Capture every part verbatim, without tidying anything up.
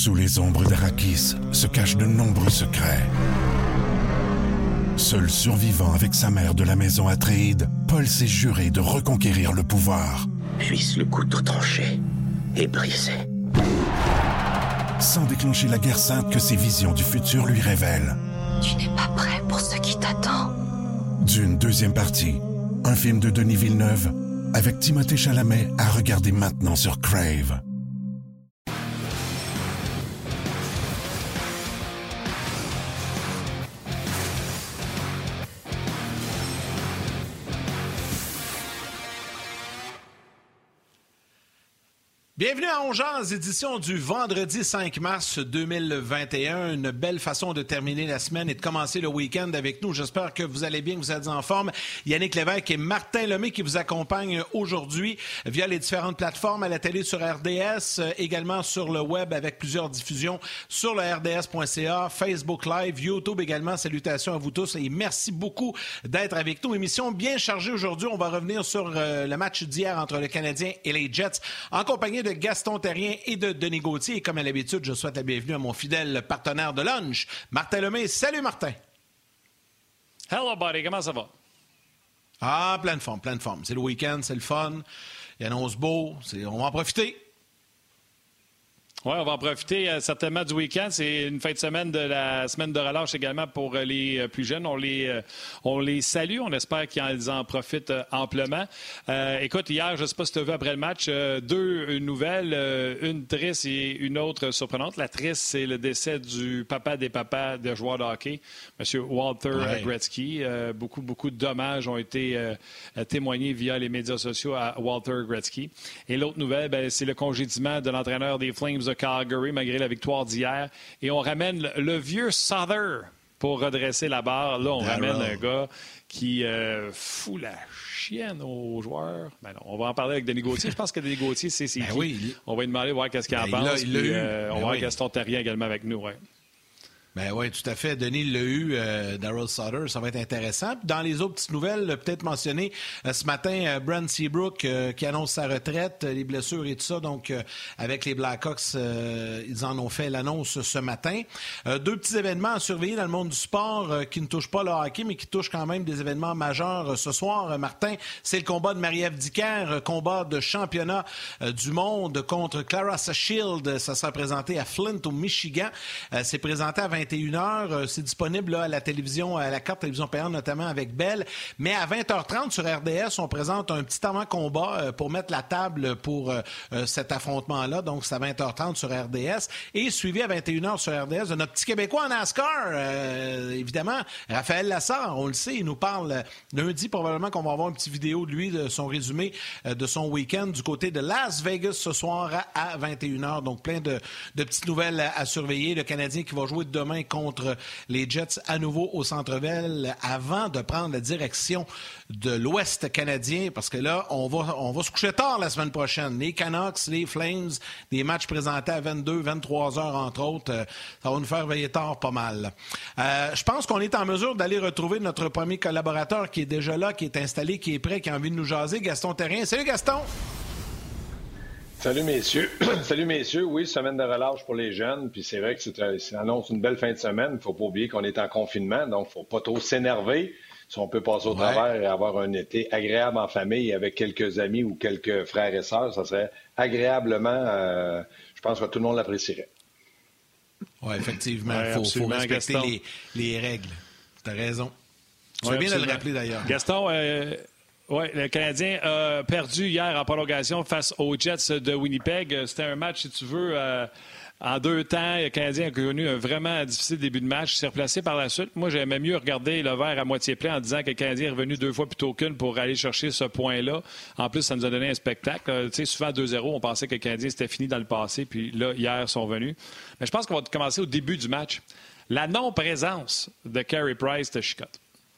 Sous les ombres d'Arrakis se cachent de nombreux secrets. Seul survivant avec sa mère de la maison Atréide, Paul s'est juré de reconquérir le pouvoir. Puisse le couteau tranché et brisé. Sans déclencher la guerre sainte que ses visions du futur lui révèlent. Tu n'es pas prêt pour ce qui t'attend. Dune deuxième partie, un film de Denis Villeneuve, avec Timothée Chalamet à regarder maintenant sur Crave. Bienvenue à On Jase, édition du vendredi cinq mars deux mille vingt et un. Une belle façon de terminer la semaine et de commencer le week-end avec nous. J'espère que vous allez bien, que vous êtes en forme. Yannick Lévesque et Martin Lemay qui vous accompagnent aujourd'hui via les différentes plateformes, à la télé sur R D S, également sur le web avec plusieurs diffusions sur le R D S point C A, Facebook Live, YouTube également. Salutations à vous tous et merci beaucoup d'être avec nous. Émission bien chargée aujourd'hui. On va revenir sur euh, le match d'hier entre le Canadien et les Jets en compagnie de Gaston Terrien et de Denis Gauthier. Et comme à l'habitude, je souhaite la bienvenue à mon fidèle partenaire de lunch, Martin Lemay. Salut Martin! Hello buddy, comment ça va? Ah, plein de forme, plein de forme. C'est le week-end, c'est le fun. Il annonce beau, c'est... on va en profiter. Oui, on va en profiter euh, certainement du week-end. C'est une fin de semaine de la semaine de relâche également pour euh, les euh, plus jeunes. On les, euh, on les salue. On espère qu'ils en profitent euh, amplement. Euh, écoute, hier, je ne sais pas si tu as vu après le match, euh, deux nouvelles, euh, une triste et une autre surprenante. La triste, c'est le décès du papa des papas de joueurs de hockey, M. Walter ouais. Gretzky. Euh, beaucoup, beaucoup de dommages ont été euh, témoignés via les médias sociaux à Walter Gretzky. Et l'autre nouvelle, ben, c'est le congédiement de l'entraîneur des Flames de Calgary, malgré la victoire d'hier. Et on ramène le, le vieux Sutter pour redresser la barre. Là, on Darrell. ramène un gars qui euh, fout la chienne aux joueurs. Ben non, on va en parler avec Denis Gauthier. Je pense que Denis Gauthier, c'est, c'est ben qui. Oui. On va lui demander voir qu'est-ce qu'il en ben pense. Il l'a, il l'a euh, on ben va voir oui. Gaston Terrien également avec nous. Ouais. Ben oui, tout à fait. Denis l'a eu, euh, Darrell Sutter, ça va être intéressant. Puis dans les autres petites nouvelles, peut-être mentionner euh, ce matin, euh, Brent Seabrook euh, qui annonce sa retraite, euh, les blessures et tout ça. Donc, euh, avec les Blackhawks, euh, ils en ont fait l'annonce ce matin. Euh, deux petits événements à surveiller dans le monde du sport euh, qui ne touchent pas le hockey, mais qui touchent quand même des événements majeurs euh, ce soir. Euh, Martin, c'est le combat de Marie-Ève Dicker, euh, combat de championnat euh, du monde contre Clara Shield. Ça sera présenté à Flint, au Michigan. Euh, c'est présenté à vingt et une heures. C'est disponible là, à la télévision, à la carte télévision payante, notamment avec Bell. Mais à vingt heures trente sur R D S, on présente un petit avant-combat euh, pour mettre la table pour euh, cet affrontement-là. Donc, c'est à vingt heures trente sur R D S. Et suivi à vingt et une heures sur R D S de notre petit Québécois en NASCAR, euh, évidemment, Raphaël Lassard, on le sait, il nous parle lundi, probablement qu'on va avoir une petite vidéo de lui, de son résumé euh, de son week-end du côté de Las Vegas ce soir à, à vingt et une heures. Donc, plein de, de petites nouvelles à, à surveiller. Le Canadien qui va jouer demain contre les Jets à nouveau au Centre-Bell avant de prendre la direction de l'Ouest canadien parce que là, on va, on va se coucher tard la semaine prochaine. Les Canucks, les Flames, des matchs présentés à vingt-deux, vingt-trois heures entre autres. Euh, ça va nous faire veiller tard pas mal. Euh, je pense qu'on est en mesure d'aller retrouver notre premier collaborateur qui est déjà là, qui est installé, qui est prêt, qui a envie de nous jaser, Gaston Terrien. Salut Gaston! Salut messieurs. Salut messieurs. Oui, semaine de relâche pour les jeunes. Puis c'est vrai que c'est, ça annonce une belle fin de semaine. Il ne faut pas oublier qu'on est en confinement, donc il ne faut pas trop s'énerver. Si on peut passer au ouais. travers et avoir un été agréable en famille avec quelques amis ou quelques frères et sœurs, ça serait agréablement, euh, je pense que tout le monde l'apprécierait. Oui, effectivement. Il ouais, faut, faut respecter les, les règles. Tu as raison. Tu ouais, fais bien de le rappeler d'ailleurs. Gaston, euh... Oui, le Canadien a perdu hier en prolongation face aux Jets de Winnipeg. C'était un match, si tu veux, euh, en deux temps. Le Canadien a connu un vraiment difficile début de match. Il s'est replacé par la suite. Moi, j'aimais mieux regarder le verre à moitié plein en disant que le Canadien est revenu deux fois plutôt qu'une pour aller chercher ce point-là. En plus, ça nous a donné un spectacle. Euh, tu sais, souvent à deux zéro, on pensait que le Canadien c'était fini dans le passé. Puis là, hier, ils sont venus. Mais je pense qu'on va commencer au début du match. La non-présence de Carey Price de chicote.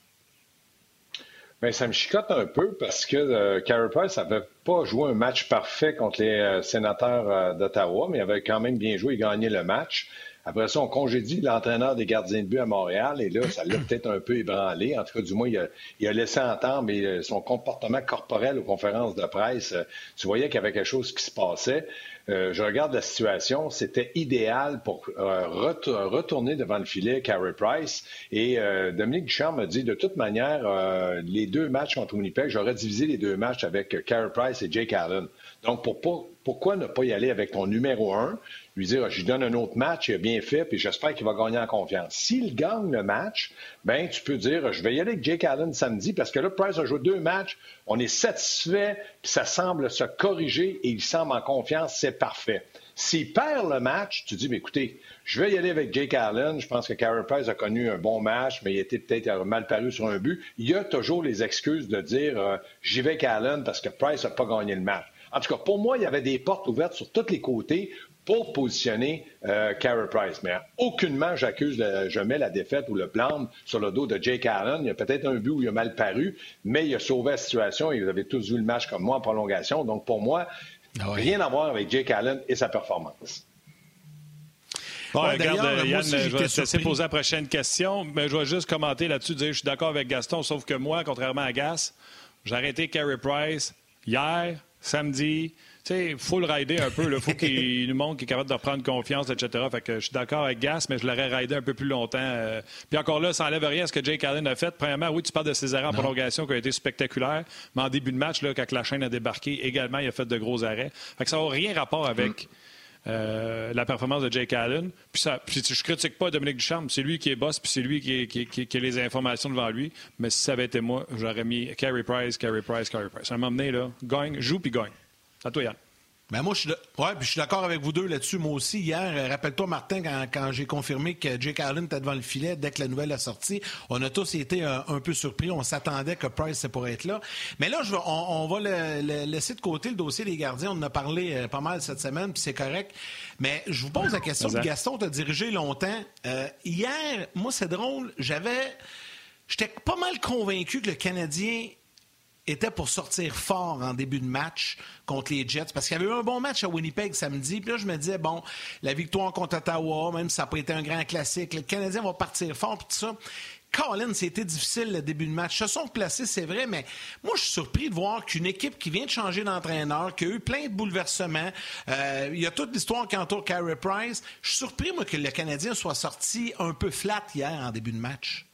Bien, ça me chicote un peu parce que euh, Carey Price n'avait pas joué un match parfait contre les euh, sénateurs euh, d'Ottawa, mais il avait quand même bien joué et gagné le match. Après ça, on congédie l'entraîneur des gardiens de but à Montréal et là, ça l'a peut-être un peu ébranlé. En tout cas, du moins, il a, il a laissé entendre, mais son comportement corporel aux conférences de presse, tu voyais qu'il y avait quelque chose qui se passait. euh, je regarde la situation, c'était idéal pour euh, ret- retourner devant le filet Carey Price. Et euh, Dominique Ducharme a dit, de toute manière, euh, les deux matchs contre Winnipeg, j'aurais divisé les deux matchs avec Carey Price et Jake Allen. Donc, pour pas, pourquoi ne pas y aller avec ton numéro un, lui dire, je lui donne un autre match, il a bien fait, puis j'espère qu'il va gagner en confiance. S'il gagne le match, ben tu peux dire, je vais y aller avec Jake Allen samedi, parce que là, Price a joué deux matchs, on est satisfait, puis ça semble se corriger, et il semble en confiance, c'est parfait. S'il perd le match, tu dis, mais écoutez, je vais y aller avec Jake Allen, je pense que Carey Price a connu un bon match, mais il était peut-être mal paru sur un but. Il y a toujours les excuses de dire, euh, j'y vais avec Allen parce que Price n'a pas gagné le match. En tout cas, pour moi, il y avait des portes ouvertes sur tous les côtés pour positionner euh, Carey Price. Mais aucunement, j'accuse, le, je mets la défaite ou le blâme sur le dos de Jake Allen. Il y a peut-être un but où il a mal paru, mais il a sauvé la situation et vous avez tous vu le match comme moi en prolongation. Donc, pour moi, ah oui. rien à voir avec Jake Allen et sa performance. Bon, ouais, regarde, Yann, aussi, je vais te laisser poser la prochaine question, mais je vais juste commenter là-dessus, dire je suis d'accord avec Gaston, sauf que moi, contrairement à Gas, j'ai arrêté Carey Price hier, samedi. Tu sais, il faut le rider un peu. Il faut qu'il nous montre qu'il est capable de reprendre confiance, et cetera. Fait que je suis d'accord avec Gas, mais je l'aurais ridé un peu plus longtemps. Euh... Puis encore là, ça n'enlève rien à ce que Jake Allen a fait. Premièrement, oui, tu parles de ses arrêts en prolongation qui ont été spectaculaires, mais en début de match, là, quand la chaîne a débarqué, également, il a fait de gros arrêts. Fait que ça n'a rien rapport avec mm. euh, la performance de Jake Allen. Puis, ça, puis je critique pas Dominique Ducharme. C'est lui qui est boss, puis c'est lui qui, qui, qui, qui a les informations devant lui. Mais si ça avait été moi, j'aurais mis Carey Price, Carey Price, Carey Price. À un moment donné, là, gagne, joue, puis gagne. À toi, Yann. Ben moi, je suis, de... ouais, puis je suis d'accord avec vous deux là-dessus. Moi aussi, hier, euh, rappelle-toi, Martin, quand, quand j'ai confirmé que Jake Allen était devant le filet dès que la nouvelle est sortie, on a tous été euh, un peu surpris. On s'attendait que Price, c'est pour être là. Mais là, je veux, on, on va le, le, laisser de côté le dossier des gardiens. On en a parlé euh, pas mal cette semaine, puis c'est correct. Mais je vous pose la question, puis Gaston t'a dirigé longtemps. Euh, hier, moi, c'est drôle, j'avais... J'étais pas mal convaincu que le Canadien était pour sortir fort en début de match contre les Jets, parce qu'il y avait eu un bon match à Winnipeg samedi, puis là, je me disais, bon, la victoire contre Ottawa, même si ça n'a pas été un grand classique, le Canadien va partir fort, puis tout ça. Colin, c'était difficile le début de match. Ils se sont placés, c'est vrai, mais moi, je suis surpris de voir qu'une équipe qui vient de changer d'entraîneur, qui a eu plein de bouleversements, euh, il y a toute l'histoire qui entoure Carey Price. Je suis surpris, moi, que le Canadien soit sorti un peu flat hier en début de match.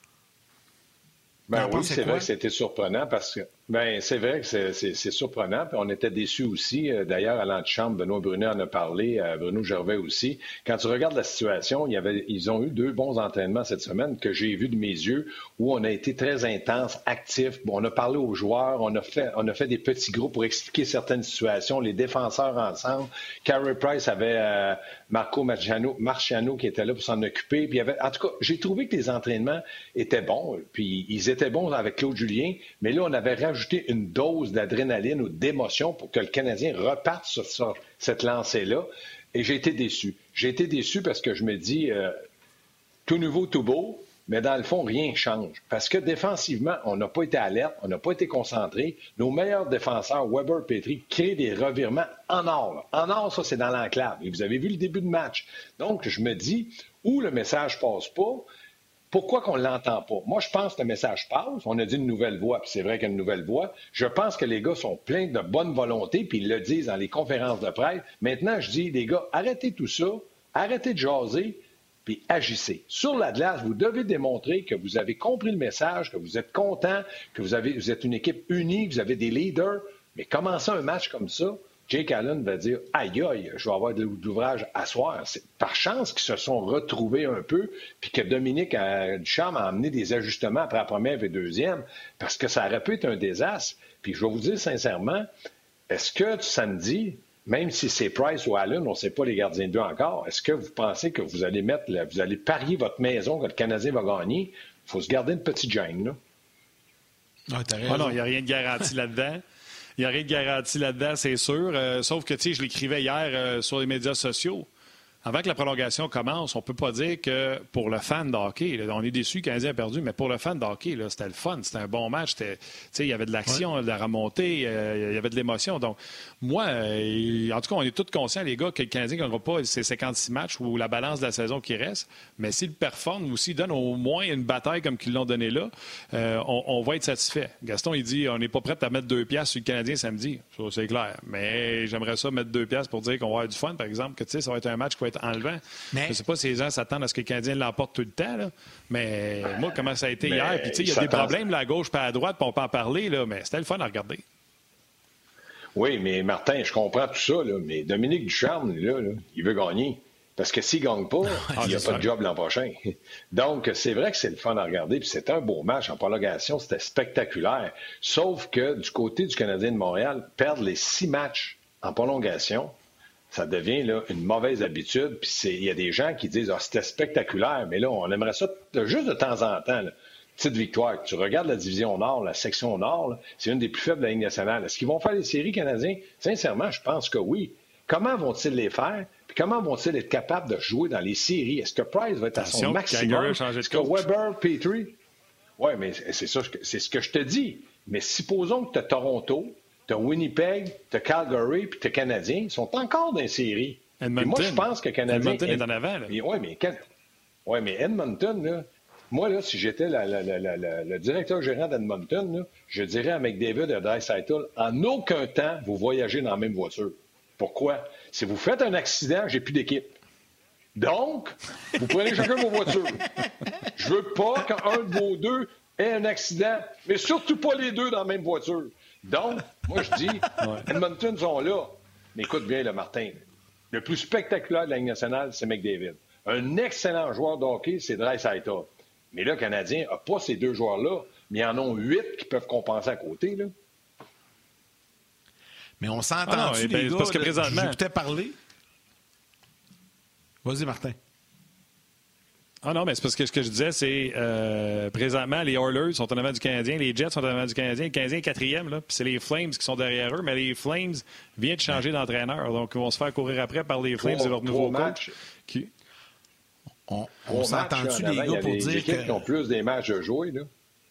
Ben oui, c'est quoi? Vrai que c'était surprenant parce que ben c'est vrai que c'est, c'est, c'est surprenant. Puis on était déçus aussi. D'ailleurs, à l'antichambre, Benoît Brunet en a parlé, Bruno Gervais aussi. Quand tu regardes la situation, il y avait, ils ont eu deux bons entraînements cette semaine que j'ai vus de mes yeux où on a été très intense, actif. Bon, on a parlé aux joueurs, on a fait, on a fait des petits groupes pour expliquer certaines situations, les défenseurs ensemble. Carey Price avait euh, Marco Marciano, Marciano qui était là pour s'en occuper. Puis il y avait, en tout cas, j'ai trouvé que les entraînements étaient bons. Puis ils étaient bons avec Claude Julien, mais là, on avait rajouté une dose d'adrénaline ou d'émotion pour que le Canadien reparte sur, sur cette lancée-là. Et j'ai été déçu. J'ai été déçu parce que je me dis, euh, tout nouveau, tout beau, mais dans le fond, rien ne change. Parce que défensivement, on n'a pas été alerte, on n'a pas été concentré. Nos meilleurs défenseurs, Weber, Petry, créent des revirements en or. Là. En or, ça, c'est dans l'enclave. Et vous avez vu le début de match. Donc, je me dis, où le message passe pas, pourquoi qu'on ne l'entend pas? Moi, je pense que le message passe. On a dit une nouvelle voix, puis c'est vrai qu'il y a une nouvelle voix. Je pense que les gars sont pleins de bonne volonté, puis ils le disent dans les conférences de presse. Maintenant, je dis, les gars, arrêtez tout ça, arrêtez de jaser, puis agissez. Sur la glace, vous devez démontrer que vous avez compris le message, que vous êtes content, que vous, avez, vous êtes une équipe unie, que vous avez des leaders. Mais commencer un match comme ça, Jake Allen va dire « Aïe, aïe, je vais avoir de l'ouvrage à soir. » C'est par chance qu'ils se sont retrouvés un peu, puis que Dominique Ducharme a amené des ajustements après la première et deuxième, parce que ça aurait pu être un désastre. Puis je vais vous dire sincèrement, est-ce que samedi, même si c'est Price ou Allen, on ne sait pas les gardiens de but encore, est-ce que vous pensez que vous allez mettre, la, vous allez parier votre maison que le Canadien va gagner? Il faut se garder une petite gêne, là. Ah, t'as raison. Oh non, il n'y a rien de garanti là-dedans. Il n'y a rien de garanti là-dedans, c'est sûr. Euh, sauf que, tu sais, je l'écrivais hier euh, sur les médias sociaux. avant que la prolongation commence, on ne peut pas dire que pour le fan de hockey, là, on est déçu, le Canadien a perdu, mais pour le fan de hockey, là, c'était le fun, c'était un bon match. Il y avait de l'action, ouais. de la remontée, euh, il y avait de l'émotion. Donc, moi, euh, en tout cas, on est tous conscients, les gars, que le Canadien ne gagnera pas ces cinquante-six matchs ou la balance de la saison qui reste, mais s'il performe ou s'il donne au moins une bataille comme qu'ils l'ont donné là, euh, on, on va être satisfait. Gaston, il dit, on n'est pas prêt à mettre deux piastres sur le Canadien samedi. Ça, c'est clair. Mais j'aimerais ça mettre deux piastres pour dire qu'on va avoir du fun, par exemple, que tu sais, ça va être un match qui va être enlevant. Mais... Je ne sais pas si les gens s'attendent à ce que le Canadien l'emporte tout le temps, là. Mais moi, comment ça a été mais hier? Puis, tu sais, il y a des problèmes là, à gauche et à droite, puis on peut en parler, là, mais c'était le fun à regarder. Oui, mais Martin, je comprends tout ça, là, mais Dominique Ducharme, là, là, il veut gagner. Parce que s'il ne gagne pas, ah, il n'y a pas de job l'an prochain. Donc, c'est vrai que c'est le fun à regarder, puis c'était un beau match en prolongation, c'était spectaculaire. Sauf que du côté du Canadien de Montréal, perdre les six matchs en prolongation, ça devient là, une mauvaise habitude. Puis il y a des gens qui disent ah, c'était spectaculaire, mais là, on aimerait ça juste de temps en temps. Là, petite victoire. Tu regardes la division Nord, la section Nord, là, c'est une des plus faibles de la Ligue nationale. Est-ce qu'ils vont faire les séries canadiens? Sincèrement, je pense que oui. Comment vont-ils les faire? Puis comment vont-ils être capables de jouer dans les séries? Est-ce que Price va être à son maximum? Est-ce que Weber, Petrie? Oui, mais c'est ça, c'est ce que je te dis. Mais supposons que tu as Toronto, tu as Winnipeg, tu as Calgary, puis tu as Canadien, ils sont encore dans les séries. Edmonton. Moi, je pense que Canadien... Edmonton est en avant, là. Oui, mais, Can... ouais, mais Edmonton, là, moi, là, si j'étais la, la, la, la, la, le directeur gérant d'Edmonton, là, je dirais à McDavid et à Draisaitl, en aucun temps, vous voyagez dans la même voiture. Pourquoi? Si vous faites un accident, j'ai plus d'équipe. Donc, vous prenez chacun vos voitures. Je veux pas qu'un de vos deux ait un accident, mais surtout pas les deux dans la même voiture. Donc, moi, je dis, Edmonton sont là. Mais écoute bien, le Martin, le plus spectaculaire de la Ligue nationale, c'est McDavid. Un excellent joueur de hockey, c'est Draisaitl. Mais là, le Canadien n'a pas ces deux joueurs-là, mais ils en ont huit qui peuvent compenser à côté, là. Mais on s'entend ah les ben, gars, parce que présentement... j'écoutais parler. Vas-y, Martin. Ah non, mais c'est parce que ce que je disais, c'est euh, présentement, les Oilers sont en avant du Canadien, les Jets sont en avant du Canadien, le Canadien est quatrième, là, puis c'est les Flames qui sont derrière eux, mais les Flames viennent de changer d'entraîneur, donc ils vont se faire courir après par les Flames et leur nouveau coach. Qui... On, on s'entend-tu, les gars, pour dire que... qui ont plus des matchs à jouer, là?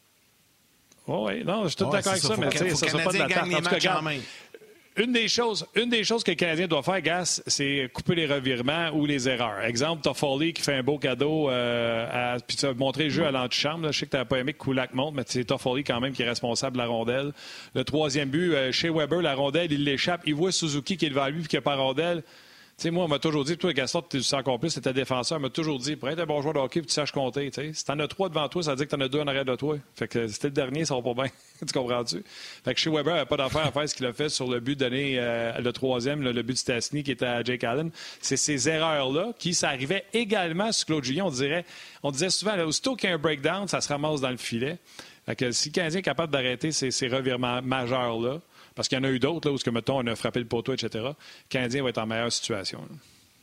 Oh, oui, non, je suis tout ouais, d'accord avec ça, mais tu sais, ça ne sera pas de la tarte. En tout cas, Une des choses, une des choses que le Canadien doit faire, Gas, c'est couper les revirements ou les erreurs. Exemple, Toffoli qui fait un beau cadeau, euh, à, puis tu as montré le jeu à l'antichambre. Là. Je sais que tu n'as pas aimé que Kulak monte, mais c'est Toffoli quand même qui est responsable de la rondelle. Le troisième but, euh, chez Weber, la rondelle, il l'échappe. Il voit Suzuki qui est devant lui et qui n'a pas la rondelle. Tu sais, moi, on m'a toujours dit, toi, Gaston, tu sais encore plus, c'est ta défenseur, on m'a toujours dit, pour être un bon joueur de hockey, tu saches compter. T'sais. Si t'en as trois devant toi, ça veut dire que t'en as deux en arrière de toi. Fait que c'était le dernier, ça va pas bien. Tu comprends-tu? Fait que chez Weber, il n'a pas d'affaire à faire ce qu'il a fait sur le but donné, euh, le troisième, le, le but de Stastny qui était à Jake Allen. C'est ces erreurs-là qui, ça arrivait également sur Claude Julien. On dirait, on disait souvent, là, aussitôt qu'il y a un breakdown, ça se ramasse dans le filet. Fait que si le Canadien est capable d'arrêter ces, ces revirements majeurs-là, parce qu'il y en a eu d'autres, là, où, que, mettons, on a frappé le poteau, et cetera, le Canadien va être en meilleure situation. Là.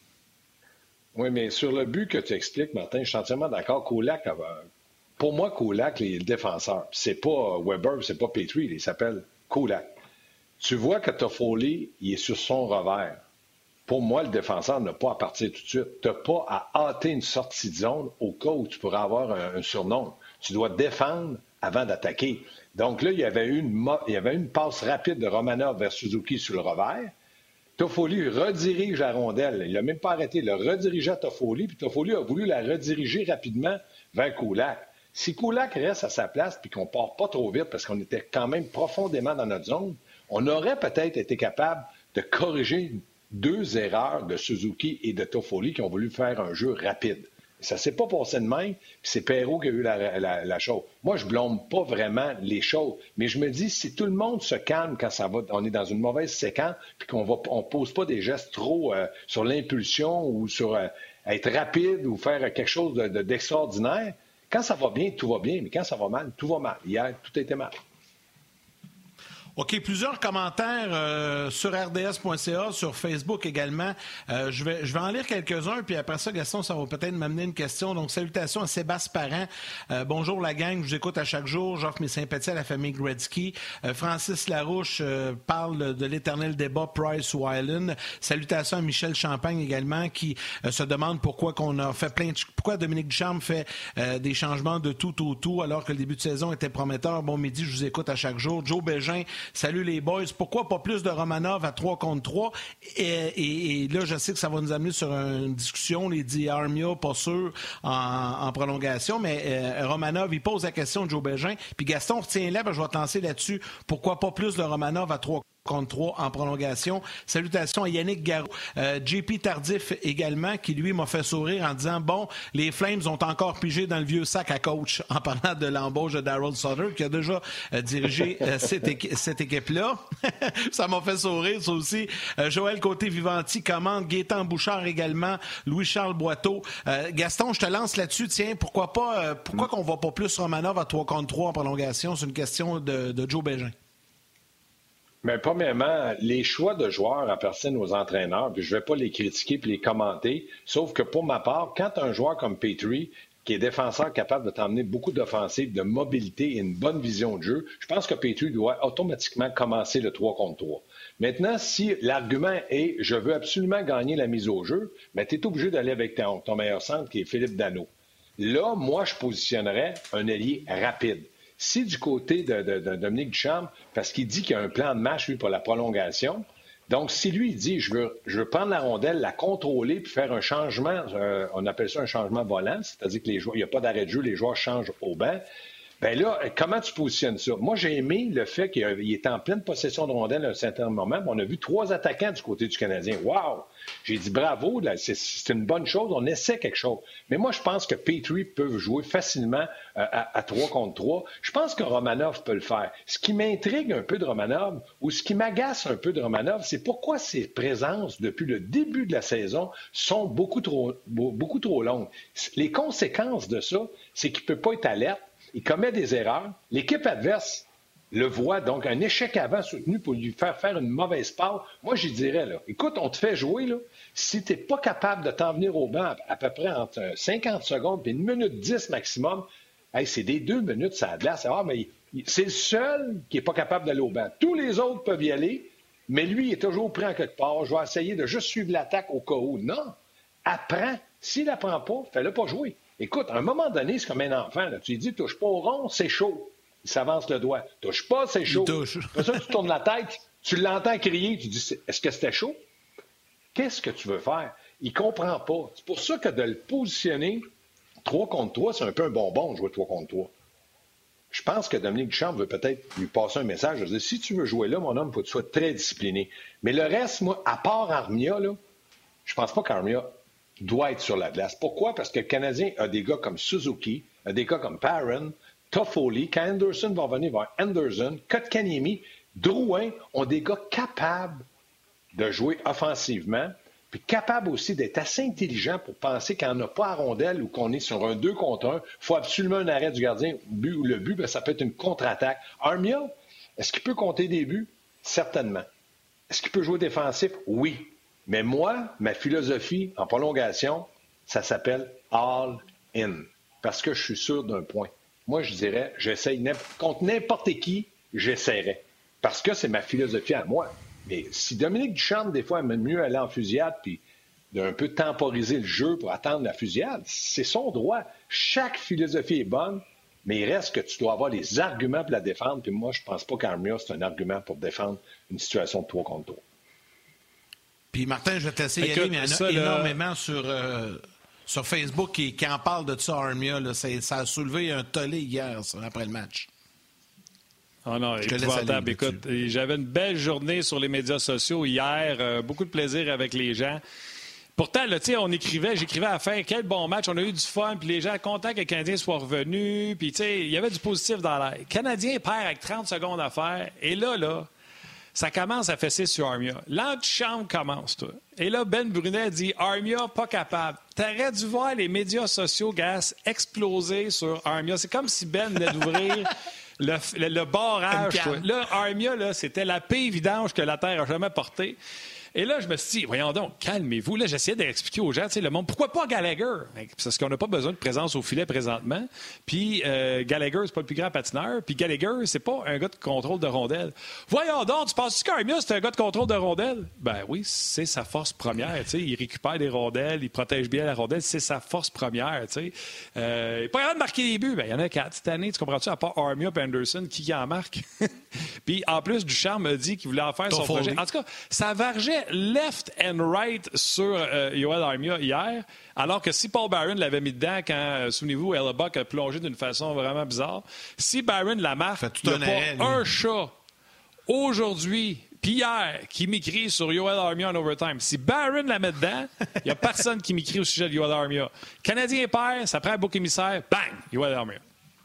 Oui, mais sur le but que tu expliques, Martin, je suis entièrement d'accord. Kulak, pour moi, Kulak, il est le défenseur. C'est pas Weber, c'est pas Petrie, il s'appelle Kulak. Tu vois que Toffoli, il est sur son revers. Pour moi, le défenseur n'a pas à partir tout de suite. Tu n'as pas à hâter une sortie de zone au cas où tu pourrais avoir un, un surnom. Tu dois défendre avant d'attaquer. Donc là, il y avait une, il y avait une passe rapide de Romanov vers Suzuki sur le revers. Toffoli redirige la rondelle. Il n'a même pas arrêté. Il a redirigé à Toffoli, puis Toffoli a voulu la rediriger rapidement vers Kulak. Si Kulak reste à sa place puis qu'on ne part pas trop vite parce qu'on était quand même profondément dans notre zone, on aurait peut-être été capable de corriger deux erreurs de Suzuki et de Toffoli qui ont voulu faire un jeu rapide. Ça ne s'est pas passé de même, puis c'est Perreault qui a eu la, la, la chose. Moi, je ne blâme pas vraiment les choses, mais je me dis, si tout le monde se calme quand ça va, on est dans une mauvaise séquence, puis qu'on ne on pose pas des gestes trop euh, sur l'impulsion ou sur euh, être rapide ou faire quelque chose de, de, d'extraordinaire, quand ça va bien, tout va bien, mais quand ça va mal, tout va mal. Hier, tout a été mal. OK, plusieurs commentaires euh, sur R D S point C A, sur Facebook également. Euh, je vais je vais en lire quelques-uns, puis après ça, Gaston, ça va peut-être m'amener une question. Donc, salutations à Sébastien Parent. Euh, bonjour la gang, je vous écoute à chaque jour. J'offre mes sympathies à la famille Gretzky. Euh, Francis Larouche euh, parle de l'éternel débat Price ou Island. Salutations à Michel Champagne également, qui euh, se demande pourquoi qu'on a fait plein de... Pourquoi Dominique Ducharme fait euh, des changements de tout au tout, alors que le début de saison était prometteur. Bon midi, je vous écoute à chaque jour. Joe Bégin, salut les boys. Pourquoi pas plus de Romanov à trois contre trois? Et, et, et là, je sais que ça va nous amener sur une discussion. Il dit Armia, pas sûr, en, en prolongation. Mais euh, Romanov, il pose la question de Joe Bégin. Puis Gaston, retiens-la, ben, je vais te lancer là-dessus. Pourquoi pas plus de Romanov à trois contre trois en prolongation? Salutations à Yannick Garou. Euh, J P Tardif également, qui lui m'a fait sourire en disant, bon, les Flames ont encore pigé dans le vieux sac à coach en parlant de l'embauche de Darryl Sutter, qui a déjà euh, dirigé euh, cette, équ- cette équipe-là. Ça m'a fait sourire, ça aussi. Euh, Joël Côté-Vivanti commande, Gaétan Bouchard également, Louis-Charles Boiteau. Euh, Gaston, je te lance là-dessus. Tiens, pourquoi pas, euh, pourquoi mm. qu'on va pas plus Romanov à trois contre trois en prolongation? C'est une question de, de Joe Bégin. Mais premièrement, les choix de joueurs appartiennent aux entraîneurs, puis je ne vais pas les critiquer puis les commenter, sauf que pour ma part, quand un joueur comme Petrie, qui est défenseur capable de t'emmener beaucoup d'offensives, de mobilité et une bonne vision de jeu, je pense que Petrie doit automatiquement commencer le trois contre trois. Maintenant, si l'argument est « je veux absolument gagner la mise au jeu », bien, tu es obligé d'aller avec ton, ton meilleur centre qui est Philippe Danault. Là, moi, je positionnerais un ailier rapide. Si du côté de, de, de Dominique Ducharme, parce qu'il dit qu'il y a un plan de match, lui, pour la prolongation, donc si lui, il dit, je veux, je veux prendre la rondelle, la contrôler, puis faire un changement, euh, on appelle ça un changement volant, c'est-à-dire que les joueurs, il n'y a pas d'arrêt de jeu, les joueurs changent au banc, bien là, comment tu positionnes ça? Moi, j'ai aimé le fait qu'il était en pleine possession de rondelle à un certain moment, on a vu trois attaquants du côté du Canadien. Wow! J'ai dit bravo, là, c'est, c'est une bonne chose, on essaie quelque chose. Mais moi, je pense que Petrie peut jouer facilement euh, à, à trois contre trois. Je pense que Romanov peut le faire. Ce qui m'intrigue un peu de Romanov, ou ce qui m'agace un peu de Romanov, c'est pourquoi ses présences depuis le début de la saison sont beaucoup trop, beaucoup trop longues. Les conséquences de ça, c'est qu'il ne peut pas être alerte, il commet des erreurs, l'équipe adverse le voit, donc un échec avant soutenu pour lui faire faire une mauvaise passe. Moi, j'y dirais, là, écoute, on te fait jouer, là, si tu n'es pas capable de t'en venir au banc à, à peu près entre cinquante secondes et une minute dix maximum, hey, c'est des deux minutes, ça a de l'air. Ah, mais il, c'est le seul qui n'est pas capable d'aller au banc. Tous les autres peuvent y aller, mais lui, il est toujours pris en quelque part. Je vais essayer de juste suivre l'attaque au cas où. Non, apprends. S'il n'apprend pas, fais-le pas jouer. Écoute, à un moment donné, c'est comme un enfant. Là. Tu lui dis, touche pas au rond, c'est chaud. Il s'avance le doigt. Touche pas, c'est chaud. Après ça, tu tournes la tête, tu l'entends crier, tu dis, est-ce que c'était chaud? Qu'est-ce que tu veux faire? Il comprend pas. C'est pour ça que de le positionner trois contre trois, c'est un peu un bonbon de jouer trois contre trois. Je pense que Dominique Ducharme veut peut-être lui passer un message. Je veux dire, si tu veux jouer là, mon homme, il faut que tu sois très discipliné. Mais le reste, moi, à part Armia, là, je pense pas qu'Armia doit être sur la glace. Pourquoi? Parce que le Canadien a des gars comme Suzuki, a des gars comme Perron, Toffoli, quand Anderson va venir vers Anderson, Kotkaniemi, Drouin ont des gars capables de jouer offensivement, puis capables aussi d'être assez intelligents pour penser qu'on n'a pas à rondelle ou qu'on est sur un deux contre un. Il faut absolument un arrêt du gardien. Le but, bien, ça peut être une contre-attaque. Armia, est-ce qu'il peut compter des buts? Certainement. Est-ce qu'il peut jouer défensif? Oui. Mais moi, ma philosophie en prolongation, ça s'appelle all-in. Parce que je suis sûr d'un point. Moi, je dirais, j'essaye contre n'importe qui, j'essaierais. Parce que c'est ma philosophie à moi. Mais si Dominique Ducharme, des fois, aime mieux aller en fusillade puis d'un peu temporiser le jeu pour attendre la fusillade, c'est son droit. Chaque philosophie est bonne, mais il reste que tu dois avoir les arguments pour la défendre. Puis moi, je pense pas qu'Armia, c'est un argument pour défendre une situation de trois contre trois. Puis Martin, je vais te laisser y aller, mais il y en a ça, énormément là... sur... Euh... Sur Facebook, qui, qui en parle de ça, Armia, là, ça, ça a soulevé un tollé hier, ça, après le match. Oh non, épouvantable. Écoute, j'avais une belle journée sur les médias sociaux hier, euh, beaucoup de plaisir avec les gens. Pourtant, là, on écrivait, j'écrivais à la fin, quel bon match, on a eu du fun, puis les gens contents que le Canadien soit revenu, puis il y avait du positif dans l'air. Le Canadien perd avec trente secondes à faire, et là, là, ça commence à fesser sur Armia. L'antichambre commence, toi. Et là, Ben Brunet dit « Armia, pas capable ». T'aurais dû voir les médias sociaux, Gas, exploser sur Armia. C'est comme si Ben venait d'ouvrir Le, le, le barrage, toi. Là, Armia, là, c'était la pire vidange que la Terre a jamais portée. Et là, je me suis dit, voyons donc, calmez-vous. Là, j'essayais d'expliquer aux gens, tu sais, le monde, pourquoi pas Gallagher? Parce qu'on n'a pas besoin de présence au filet présentement. Puis euh, Gallagher, c'est pas le plus grand patineur. Puis Gallagher, c'est pas un gars de contrôle de rondelle. Voyons donc, tu penses que Armia, c'est un gars de contrôle de rondelle? Ben oui, c'est sa force première. Tu sais, il récupère des rondelles, il protège bien la rondelle, c'est sa force première. Tu sais, euh, il n'est pas capable de marquer les buts. Ben il y en a quatre cette année, tu comprends-tu? À part Armia et Anderson, qui en marque? Puis en plus, Ducharme a dit qu'il voulait en faire son projet. En tout cas, ça vargeait left and right sur euh, Yoel Armia hier, alors que si Paul Byron l'avait mis dedans quand, euh, souvenez-vous, Hellebuck a plongé d'une façon vraiment bizarre, si Byron la marque, il n'y a pas arrêt, un chat aujourd'hui puis hier qui m'écrit sur Yoel Armia en overtime. Si Byron la met dedans, il n'y a personne qui m'écrit au sujet de Yoel Armia. Canadien perd, ça prend un bouc émissaire, bang, Yoel Armia.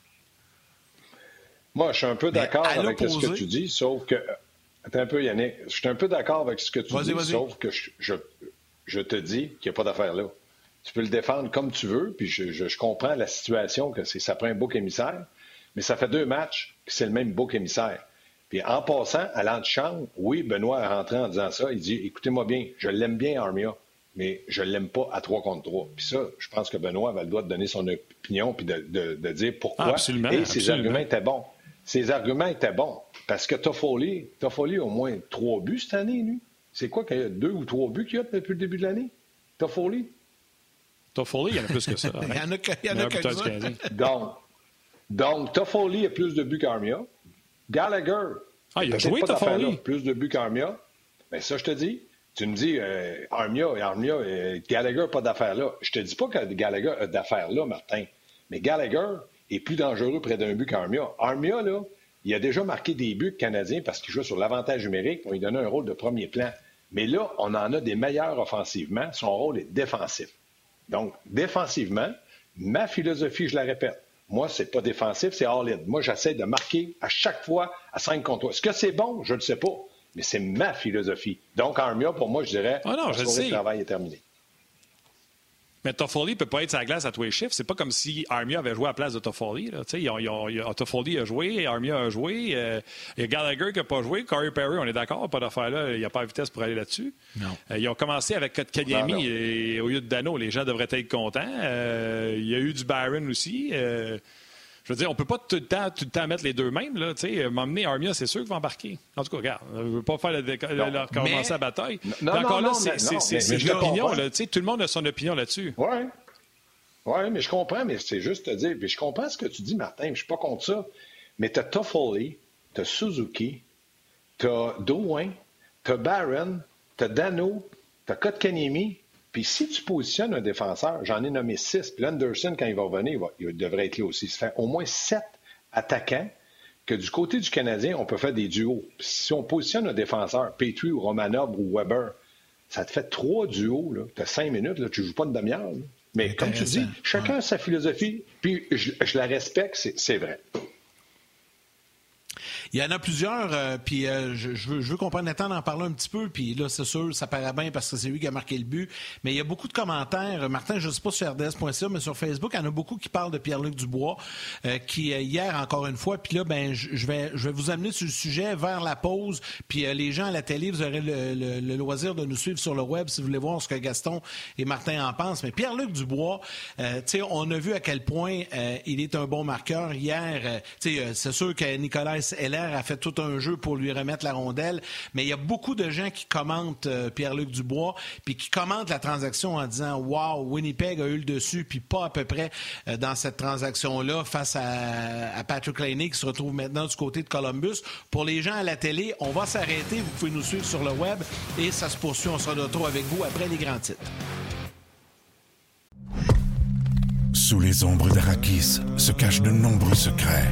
Moi, je suis un peu d'accord avec ce que tu dis, sauf que... Attends un peu, Yannick. Je suis un peu d'accord avec ce que tu vas-y, dis, vas-y. Sauf que je, je, je te dis qu'il n'y a pas d'affaire là. Tu peux le défendre comme tu veux, puis je, je, je comprends la situation que c'est, ça prend un bouc émissaire, mais ça fait deux matchs que c'est le même bouc émissaire. Puis en passant, à l'antichambre, oui, Benoît est rentré en disant ça. Il dit, écoutez-moi bien, je l'aime bien, Armia, mais je ne l'aime pas à trois contre trois. Puis ça, je pense que Benoît avait le droit de donner son opinion puis de, de, de dire pourquoi. Absolument, et absolument. Ses arguments étaient bons. Ses arguments étaient bons. Parce que Toffoli, Toffoli a au moins trois buts cette année, lui. C'est quoi qu'il y a deux ou trois buts qu'il y a depuis le début de l'année? Toffoli? Toffoli, il y en a plus que ça. il y en a, il y en a quelques-uns. Donc, donc, Toffoli a plus de buts qu'Armia. Gallagher, ah, il a joué Toffoli. Plus de buts qu'Armia. Bien, ça, je te dis. Tu me dis, euh, Armia, Armia, euh, Gallagher, pas d'affaires là. Je te dis pas que Gallagher a d'affaires là, Martin. Mais Gallagher est plus dangereux près d'un but qu'Armia. Armia, là, il a déjà marqué des buts canadiens parce qu'il joue sur l'avantage numérique pour lui donner un rôle de premier plan. Mais là, on en a des meilleurs offensivement. Son rôle est défensif. Donc, défensivement, ma philosophie, je la répète, moi, c'est pas défensif, c'est all-in. Moi, j'essaie de marquer à chaque fois à cinq contre trois. Est-ce que c'est bon? Je ne sais pas. Mais c'est ma philosophie. Donc, Armia, pour moi, je dirais, oh non, je sais. Le travail est terminé. Mais Toffoli ne peut pas être sur la glace à tous les chiffres. C'est pas comme si Armia avait joué à la place de Toffoli. Là. Ils ont, ils ont, ils ont, Toffoli a joué, Armia a joué. Euh, il y a Gallagher qui n'a pas joué. Corey Perry, on est d'accord, pas d'affaire là. Il n'y a pas de vitesse pour aller là-dessus. Non. Euh, ils ont commencé avec Kotkaniemi et au lieu de Dano. Les gens devraient être contents. Euh, il y a eu du Byron aussi. Euh, je veux dire, on ne peut pas tout le temps, tout le temps mettre les deux mêmes. Là, m'emmener Armia, c'est sûr qu'il va embarquer. En tout cas, regarde, je ne veux pas faire le, le, leur commencer mais... la bataille. Non, encore non, là, non, c'est, c'est, non, c'est, c'est une opinion. Là, tout le monde a son opinion là-dessus. Oui. Oui, mais je comprends, mais c'est juste te dire. Puis je comprends ce que tu dis, Martin, je ne suis pas contre ça. Mais tu as Toffoli, tu as Suzuki, tu as Drouin, tu as Barron, tu as Dano, tu as Kotkaniemi. Puis si tu positionnes un défenseur, j'en ai nommé six, puis Anderson, quand il va revenir, il, va, il devrait être là aussi. Ça fait au moins sept attaquants que du côté du Canadien, on peut faire des duos. Puis si on positionne un défenseur, Petrie ou Romanov ou Weber, ça te fait trois duos. Tu as cinq minutes, là, tu ne joues pas une demi-heure. Là. Mais comme tu dis, chacun a sa philosophie, puis je, je la respecte, c'est, c'est vrai. Il y en a plusieurs, euh, puis euh, je, je, veux, je veux qu'on prenne le temps d'en parler un petit peu, puis là, c'est sûr, ça paraît bien parce que c'est lui qui a marqué le but, mais il y a beaucoup de commentaires. Martin, je ne sais pas sur R D S point C A, mais sur Facebook, il y en a beaucoup qui parlent de Pierre-Luc Dubois, euh, qui, hier, encore une fois, puis là, ben, je, je, vais, je vais vous amener sur le sujet vers la pause, puis euh, les gens à la télé, vous aurez le, le, le loisir de nous suivre sur le web si vous voulez voir ce que Gaston et Martin en pensent. Mais Pierre-Luc Dubois, euh, tu sais, on a vu à quel point euh, il est un bon marqueur. Hier, euh, tu sais, euh, c'est sûr que Nicolas Heller a fait tout un jeu pour lui remettre la rondelle, mais il y a beaucoup de gens qui commentent euh, Pierre-Luc Dubois, puis qui commentent la transaction en disant « Wow, Winnipeg a eu le dessus, puis pas à peu près euh, dans cette transaction-là face à, à Patrick Laine qui se retrouve maintenant du côté de Columbus. » Pour les gens à la télé, on va s'arrêter, vous pouvez nous suivre sur le web, et ça se poursuit, on sera de retour avec vous après les grands titres. Sous les ombres d'Arakis se cachent de nombreux secrets.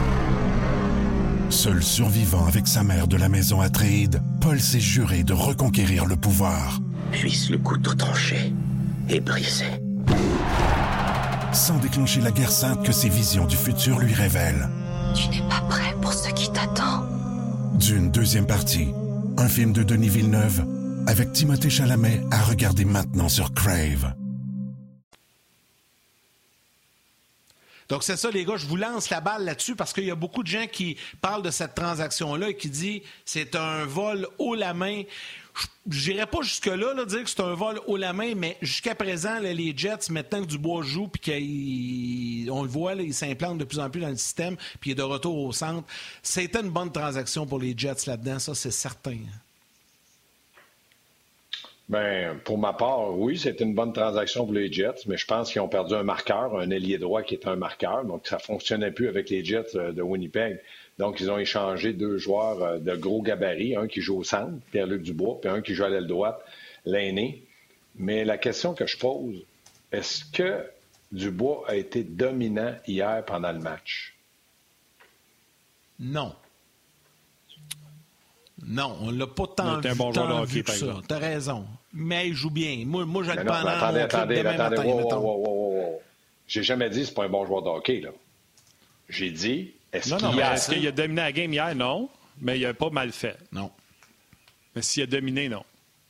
Seul survivant avec sa mère de la maison Atréide, Paul s'est juré de reconquérir le pouvoir. Puisse le couteau tranché et brisé. Sans déclencher la guerre sainte que ses visions du futur lui révèlent. Tu n'es pas prêt pour ce qui t'attend. Dune, deuxième partie. Un film de Denis Villeneuve avec Timothée Chalamet à regarder maintenant sur Crave. Donc, c'est ça, les gars. Je vous lance la balle là-dessus parce qu'il y a beaucoup de gens qui parlent de cette transaction-là et qui disent c'est un vol haut la main. Je n'irai pas jusque-là, là, dire que c'est un vol haut la main, mais jusqu'à présent, là, les Jets, maintenant que Dubois joue puis qu'on le voit, là, il s'implante de plus en plus dans le système puis il est de retour au centre, c'était une bonne transaction pour les Jets là-dedans, ça, c'est certain. Bien, pour ma part, oui, c'était une bonne transaction pour les Jets, mais je pense qu'ils ont perdu un marqueur, un ailier droit qui est un marqueur, donc ça ne fonctionnait plus avec les Jets de Winnipeg. Donc, ils ont échangé deux joueurs de gros gabarit, un qui joue au centre, Pierre-Luc Dubois, puis un qui joue à l'aile droite, l'aîné. Mais la question que je pose, est-ce que Dubois a été dominant hier pendant le match? Non. Non, on l'a pas tant vu, un bon joueur de hockey, vu que ça. T'as raison. Mais il joue bien. Moi, moi je le prends dans attendez, mon club attendez, demain attendez, matin, wow, mettons. wow, wow, wow, wow. J'ai jamais dit que c'est pas un bon joueur de hockey, là. J'ai dit, est-ce non, qu'il non, a... est-ce qu'il a dominé la game hier? Non. Mais il a pas mal fait. Non. Mais s'il a dominé, non.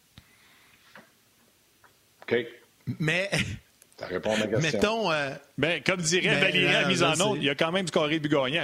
OK. Mais... Ça répond à ma question. Mettons... Euh... Ben, comme dirait ben, Valérie à mise en sais. onde, il y a quand même du carré de but gagnant.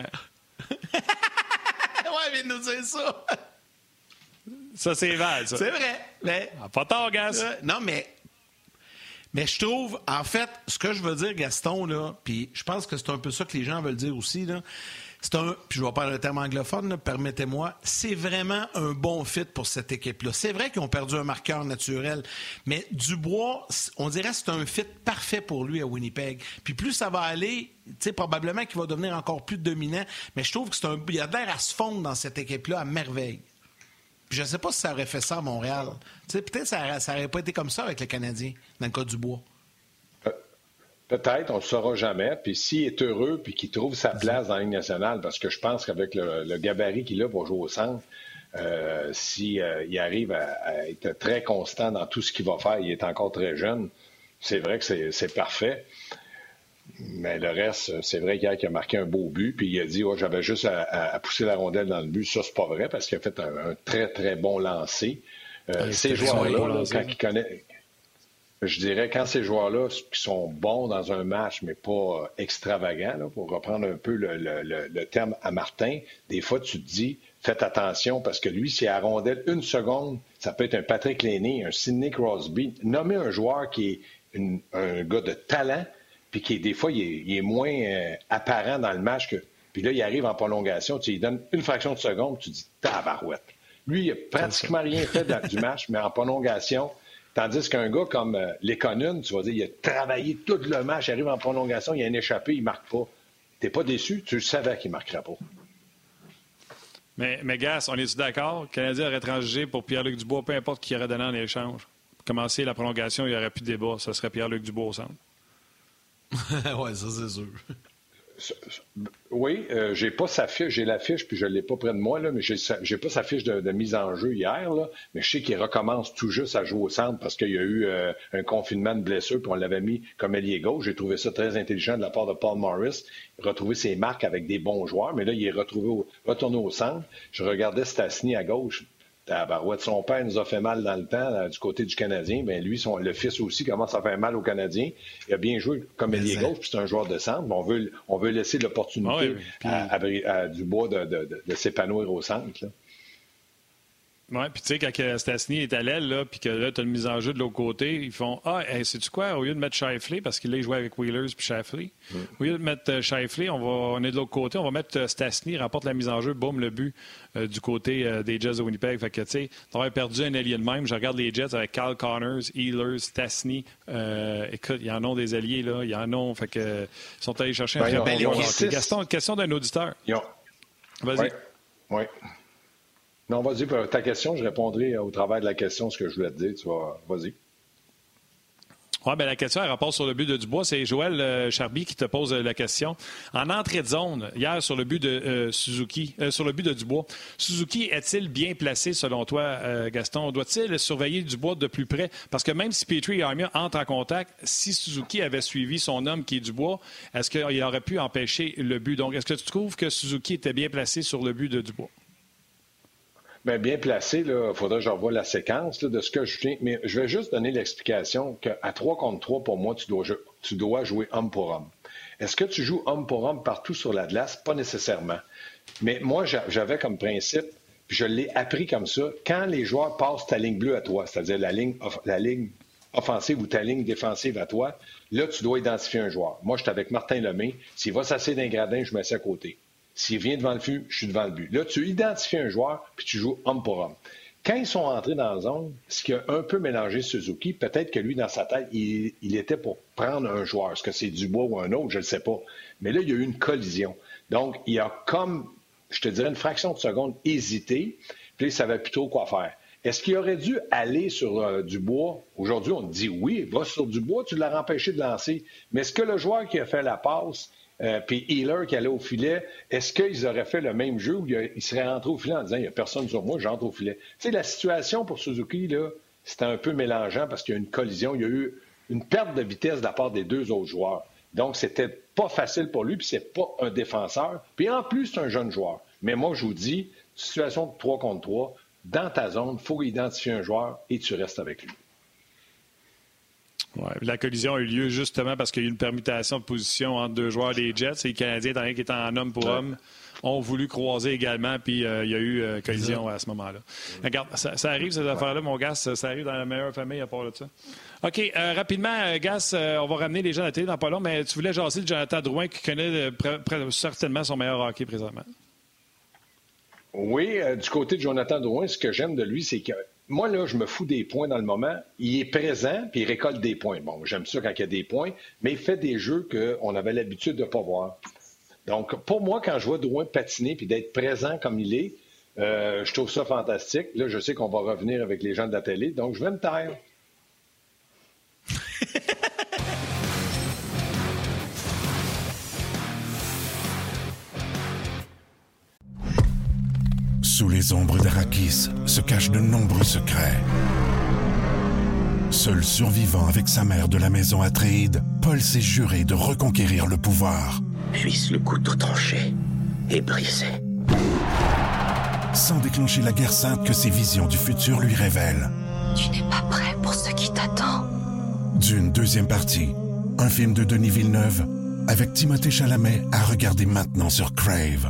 ouais, viens de nous dire ça. Ça, c'est Val, ça. C'est vrai. Mais... Ah, pas tard, Gas. Euh, non, mais... Mais je trouve, en fait, ce que je veux dire, Gaston, là, puis je pense que c'est un peu ça que les gens veulent dire aussi, là, c'est un, puis je vais parler le terme anglophone, là, permettez-moi, c'est vraiment un bon fit pour cette équipe-là. C'est vrai qu'ils ont perdu un marqueur naturel, mais Dubois, on dirait que c'est un fit parfait pour lui à Winnipeg. Puis plus ça va aller, tu sais, probablement qu'il va devenir encore plus dominant, mais je trouve que c'est un, il y a l'air à se fondre dans cette équipe-là à merveille. Puis je ne sais pas si ça aurait fait ça à Montréal. Tu sais, peut-être que ça n'aurait pas été comme ça avec les Canadiens, dans le cas du Bois. Peut-être, on ne le saura jamais. Puis s'il est heureux puis qu'il trouve sa place dans la Ligue nationale, parce que je pense qu'avec le, le gabarit qu'il a pour jouer au centre, euh, s'il euh, arrive à, à être très constant dans tout ce qu'il va faire, il est encore très jeune, c'est vrai que c'est, c'est parfait. Mais le reste, c'est vrai qu'hier qu'il a marqué un beau but, puis il a dit oh, j'avais juste à, à, à pousser la rondelle dans le but. Ça, c'est pas vrai, parce qu'il a fait un, un très, très bon lancer. Euh, ces joueurs-là, là, quand ils connaissent, je dirais, quand ces joueurs-là qui sont bons dans un match, mais pas extravagants, là, pour reprendre un peu le, le, le, le terme à Martin, des fois, tu te dis, faites attention, parce que lui, s'il a la rondelle une seconde, ça peut être un Patrick Laine, un Sidney Crosby. Nommer un joueur qui est une, un gars de talent, puis qui, des fois, il est, il est moins euh, apparent dans le match que. Puis là, il arrive en prolongation, tu lui donnes une fraction de seconde, tu dis tabarouette. Lui, il n'a pratiquement rien fait de, du match, mais en prolongation, tandis qu'un gars comme euh, Lekonen, tu vas dire, il a travaillé tout le match, il arrive en prolongation, il a un échappé, il ne marque pas. T'es pas déçu, tu le savais qu'il ne marquerait pas. Mais, mais Gas, on est-tu d'accord? Le Canadien aurait transigé pour Pierre-Luc Dubois, peu importe qui aurait donné en échange. Pour commencer la prolongation, il n'y aurait plus de débat. Ce serait Pierre-Luc Dubois au centre. oui, ça, c'est sûr. Oui, euh, j'ai pas sa fiche, j'ai la fiche, puis je ne l'ai pas près de moi, là, mais j'ai, j'ai pas sa fiche de, de mise en jeu hier, là, mais je sais qu'il recommence tout juste à jouer au centre parce qu'il y a eu euh, un confinement de blessure, puis on l'avait mis comme ailier gauche. J'ai trouvé ça très intelligent de la part de Paul Morris, retrouver ses marques avec des bons joueurs, mais là, il est retrouvé au, retourné au centre. Je regardais Stastny à gauche. Tabarouette, son père nous a fait mal dans le temps là, du côté du Canadien. Bien, lui, son, le fils aussi commence à faire mal au Canadien. Il a bien joué comme ailier gauche, puis c'est un joueur de centre. Mais on veut, on veut laisser l'opportunité ah oui, puis... à, à, à Dubois de, de, de, de s'épanouir au centre. Là. Oui, puis tu sais, quand Stastny est à l'aile, là, puis que là, tu as une mise en jeu de l'autre côté, ils font Ah, hey, sais-tu quoi, au lieu de mettre Scheifele, parce qu'il a joué avec Wheelers puis Scheifele, mm. au lieu de mettre Scheifele, on, va, on est de l'autre côté, on va mettre Stastny, remporte la mise en jeu, boum, le but euh, du côté euh, des Jets de Winnipeg. Fait que, tu sais, t'aurais perdu un allié de même. Je regarde les Jets avec Kyle Connors, Ehlers, Stastny. Euh, écoute, il y en a des alliés, là, il y en a. Fait que, ils sont allés chercher un ben, très bon joueur. Six... Gaston, question d'un auditeur. Ont... Vas-y. Oui. Oui. Non, vas-y, pour ta question, je répondrai au travers de la question ce que je voulais te dire. Tu vas... Vas-y. Oui, bien, la question, elle rapporte sur le but de Dubois. C'est Joël euh, Charby qui te pose euh, la question. En entrée de zone, hier, sur le but de euh, Suzuki, euh, sur le but de Dubois, Suzuki est-il bien placé, selon toi, euh, Gaston? Doit-il surveiller Dubois de plus près? Parce que même si Petrie et Armia entrent en contact, si Suzuki avait suivi son homme qui est Dubois, est-ce qu'il aurait pu empêcher le but? Donc, est-ce que tu trouves que Suzuki était bien placé sur le but de Dubois? Bien, bien placé, il faudrait que je revoie la séquence là, de ce que je viens. Mais je vais juste donner l'explication qu'à trois contre trois, pour moi, tu dois, tu dois jouer homme pour homme. Est-ce que tu joues homme pour homme partout sur la glace? Pas nécessairement. Mais moi, j'avais comme principe, puis je l'ai appris comme ça, quand les joueurs passent ta ligne bleue à toi, c'est-à-dire la ligne, la ligne offensive ou ta ligne défensive à toi, là, tu dois identifier un joueur. Moi, je suis avec Martin Lemay. S'il va s'asseoir d'un gradin, je me mets à côté. S'il vient devant le but, je suis devant le but. Là, tu identifies un joueur, puis tu joues homme pour homme. Quand ils sont entrés dans la zone, ce qui a un peu mélangé Suzuki, peut-être que lui, dans sa tête, il, il était pour prendre un joueur. Est-ce que c'est Dubois ou un autre? Je ne le sais pas. Mais là, il y a eu une collision. Donc, il a comme, je te dirais, une fraction de seconde hésité, puis il savait plutôt quoi faire. Est-ce qu'il aurait dû aller sur euh, Dubois? Aujourd'hui, on te dit oui, va sur Dubois, tu l'as empêché de lancer. Mais est-ce que le joueur qui a fait la passe, euh, puis Healer qui allait au filet, est-ce qu'ils auraient fait le même jeu ou ils seraient rentrés au filet en disant il n'y a personne sur moi, j'entre au filet? Tu sais, la situation pour Suzuki, là, c'était un peu mélangeant parce qu'il y a eu une collision, il y a eu une perte de vitesse de la part des deux autres joueurs. Donc, c'était pas facile pour lui, puis c'est pas un défenseur. Puis en plus, c'est un jeune joueur. Mais moi, je vous dis, situation de trois contre trois, dans ta zone, il faut identifier un joueur et tu restes avec lui. Ouais, la collision a eu lieu justement parce qu'il y a eu une permutation de position entre deux joueurs des Jets. Et les Canadiens, étant donné qu'ils étaient en homme pour ouais. homme, ont voulu croiser également, puis euh, il y a eu euh, collision à ce moment-là. Regarde, ça, ça arrive, ces affaires-là, mon gars, ça, ça arrive dans la meilleure famille à part de ça. OK, euh, rapidement, euh, Gas, euh, on va ramener les gens à la télé dans pas long, mais tu voulais jaser de Jonathan Drouin qui connaît euh, pr- pr- certainement son meilleur hockey présentement. Oui, euh, du côté de Jonathan Drouin, ce que j'aime de lui, c'est que moi, là, je me fous des points dans le moment. Il est présent, puis il récolte des points. Bon, j'aime ça quand il y a des points, mais il fait des jeux qu'on avait l'habitude de ne pas voir. Donc, pour moi, quand je vois Drouin patiner puis d'être présent comme il est, euh, je trouve ça fantastique. Là, je sais qu'on va revenir avec les gens de la télé, donc je vais me taire. Sous les ombres d'Arrakis se cachent de nombreux secrets. Seul survivant avec sa mère de la maison Atréide, Paul s'est juré de reconquérir le pouvoir. Puisse le couteau tranché et brisé. Sans déclencher la guerre sainte que ses visions du futur lui révèlent. Tu n'es pas prêt pour ce qui t'attend. D'une deuxième partie, un film de Denis Villeneuve avec Timothée Chalamet à regarder maintenant sur Crave.